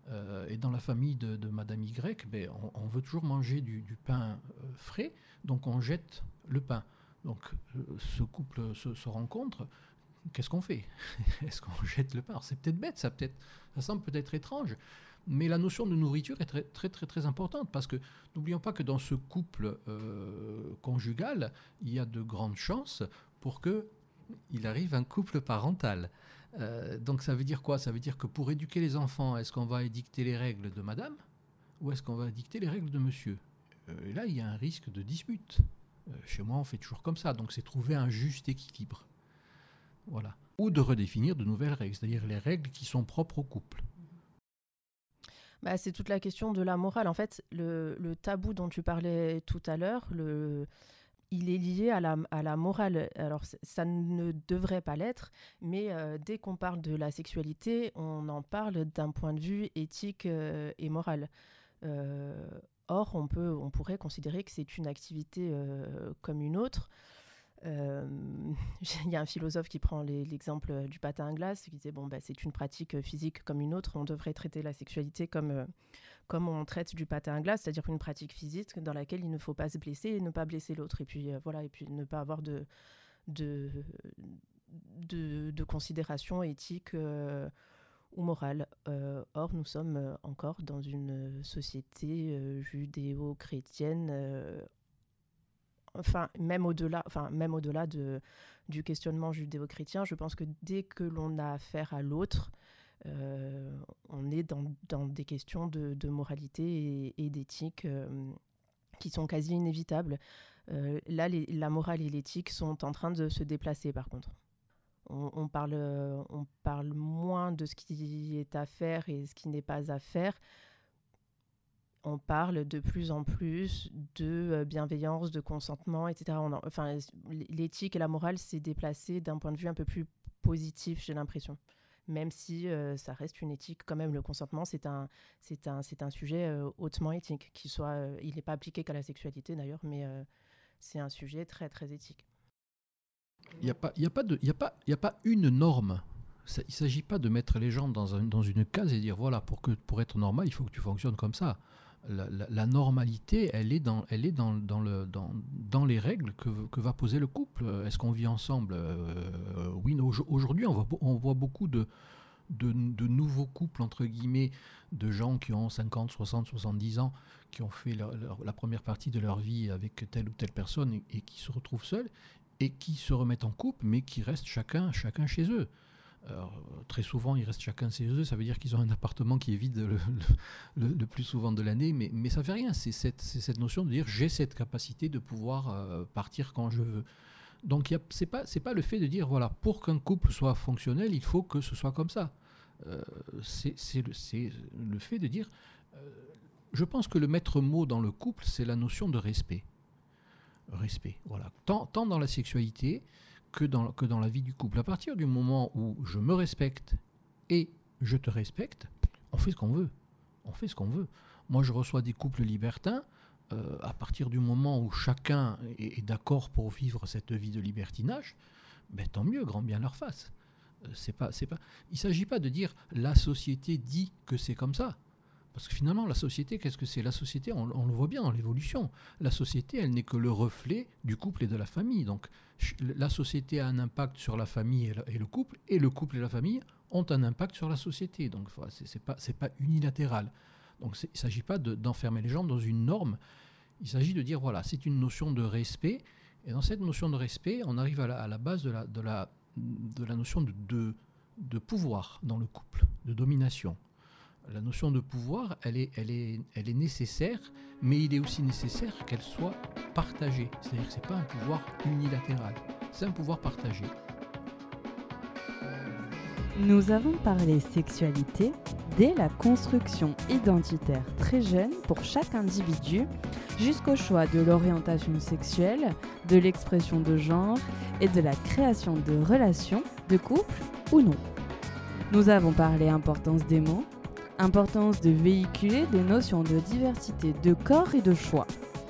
Euh, et dans la famille de, de Madame Y, ben, on, on veut toujours manger du, du pain euh, frais, donc on jette le pain. Donc euh, ce couple se, se rencontre, qu'est-ce qu'on fait? Est-ce qu'on jette le pain? Alors, c'est peut-être bête, ça, peut-être, ça semble peut-être étrange, mais la notion de nourriture est très très très, très importante, parce que n'oublions pas que dans ce couple euh, conjugal, il y a de grandes chances pour qu'il arrive un couple parental. Euh, donc ça veut dire quoi? Ça veut dire que pour éduquer les enfants, est-ce qu'on va édicter les règles de madame ou est-ce qu'on va édicter les règles de monsieur? euh, Et là, il y a un risque de dispute. Euh, chez moi, on fait toujours comme ça. Donc c'est trouver un juste équilibre. Voilà. Ou de redéfinir de nouvelles règles, c'est-à-dire les règles qui sont propres au couple. Bah, c'est toute la question de la morale. En fait, le, le tabou dont tu parlais tout à l'heure, le... il est lié à la, à la morale. Alors, ça ne devrait pas l'être, mais euh, dès qu'on parle de la sexualité, on en parle d'un point de vue éthique euh, et moral. Euh, or, on, peut, on pourrait considérer que c'est une activité euh, comme une autre. Il euh, y a un philosophe qui prend les, l'exemple du patin à glace, qui disait bon, bah, c'est une pratique physique comme une autre, on devrait traiter la sexualité comme... Euh, comme on traite du patin à glace, c'est-à-dire une pratique physique dans laquelle il ne faut pas se blesser et ne pas blesser l'autre. Et puis, euh, voilà, et puis ne pas avoir de, de, de, de considération éthique euh, ou morale. Euh, or, nous sommes euh, encore dans une société euh, judéo-chrétienne, euh, enfin, même au-delà, enfin, même au-delà de, du questionnement judéo-chrétien, je pense que dès que l'on a affaire à l'autre, Euh, on est dans, dans des questions de, de moralité et, et d'éthique euh, qui sont quasi inévitables. Euh, là, les, la morale et l'éthique sont en train de se déplacer, par contre. On, on, parle, on parle moins de ce qui est à faire et ce qui n'est pas à faire. On parle de plus en plus de bienveillance, de consentement, et cetera. On en, enfin, l'éthique et la morale s'est déplacée d'un point de vue un peu plus positif, j'ai l'impression. Même si euh, ça reste une éthique, quand même, le consentement, c'est un, c'est un, c'est un sujet euh, hautement éthique. Qui soit, euh, il n'est pas appliqué qu'à la sexualité, d'ailleurs, mais euh, c'est un sujet très, très éthique. Il n'y a pas, il y a pas de, il y a pas, il y a pas une norme. Ça, il ne s'agit pas de mettre les gens dans, un, dans une case et dire, voilà, pour, que, pour être normal, il faut que tu fonctionnes comme ça. La, la, la normalité, elle est dans, elle est dans, dans, le, dans, dans les règles que, que va poser le couple. Est-ce qu'on vit ensemble? euh, Oui, aujourd'hui, on voit, on voit beaucoup de, de, de nouveaux couples, entre guillemets, de gens qui ont cinquante, soixante, soixante-dix ans, qui ont fait leur, leur, la première partie de leur vie avec telle ou telle personne et, et qui se retrouvent seuls et qui se remettent en couple, mais qui restent chacun, chacun chez eux. Alors, très souvent, ils restent chacun chez eux, ça veut dire qu'ils ont un appartement qui est vide le, le, le, le plus souvent de l'année, mais, mais ça ne fait rien, c'est cette, c'est cette notion de dire j'ai cette capacité de pouvoir euh, partir quand je veux. Donc, ce n'est pas, c'est pas le fait de dire, voilà, pour qu'un couple soit fonctionnel, il faut que ce soit comme ça. Euh, c'est, c'est, le, c'est le fait de dire, euh, je pense que le maître mot dans le couple, c'est la notion de respect. Respect, voilà. Tant, tant dans la sexualité Que dans, que dans la vie du couple. À partir du moment où je me respecte et je te respecte, on fait ce qu'on veut. On fait ce qu'on veut. Moi, je reçois des couples libertins. Euh, à partir du moment où chacun est, est d'accord pour vivre cette vie de libertinage, ben, tant mieux, grand bien leur fasse. Euh, c'est pas, c'est pas... Il ne s'agit pas de dire la société dit que c'est comme ça. Parce que finalement, la société, qu'est-ce que c'est? La société, on, on le voit bien dans l'évolution. La société, elle n'est que le reflet du couple et de la famille. Donc, la société a un impact sur la famille et, la, et le couple, et le couple et la famille ont un impact sur la société. Donc, voilà, c'est, c'est pas, c'est pas unilatéral. Donc, c'est, il ne s'agit pas de, d'enfermer les gens dans une norme. Il s'agit de dire, voilà, c'est une notion de respect. Et dans cette notion de respect, on arrive à la, à la base de la, de la, de la notion de, de, de pouvoir dans le couple, de domination. La notion de pouvoir, elle est, elle, est, elle est nécessaire, mais il est aussi nécessaire qu'elle soit partagée. C'est-à-dire que ce n'est pas un pouvoir unilatéral, c'est un pouvoir partagé. Nous avons parlé sexualité dès la construction identitaire très jeune pour chaque individu, jusqu'au choix de l'orientation sexuelle, de l'expression de genre et de la création de relations, de couple ou non. Nous avons parlé importance des mots, importance de véhiculer des notions de diversité de corps et de choix.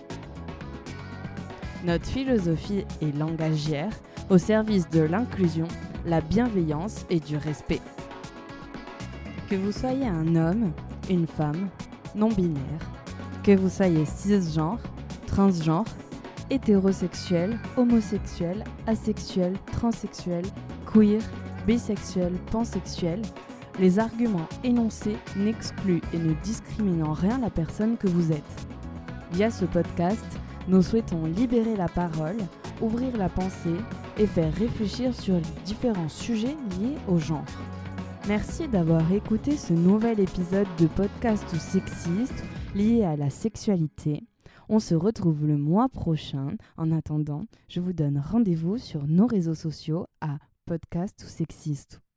Notre philosophie est langagière au service de l'inclusion, la bienveillance et du respect. Que vous soyez un homme, une femme, non-binaire. Que vous soyez cisgenre, transgenre, hétérosexuel, homosexuel, asexuel, transsexuel, queer, bisexuel, pansexuel, les arguments énoncés n'excluent et ne discriminent en rien la personne que vous êtes. Via ce podcast, nous souhaitons libérer la parole, ouvrir la pensée et faire réfléchir sur les différents sujets liés au genre. Merci d'avoir écouté ce nouvel épisode de podcast sexiste lié à la sexualité. On se retrouve le mois prochain. En attendant, je vous donne rendez-vous sur nos réseaux sociaux à podcast sexiste.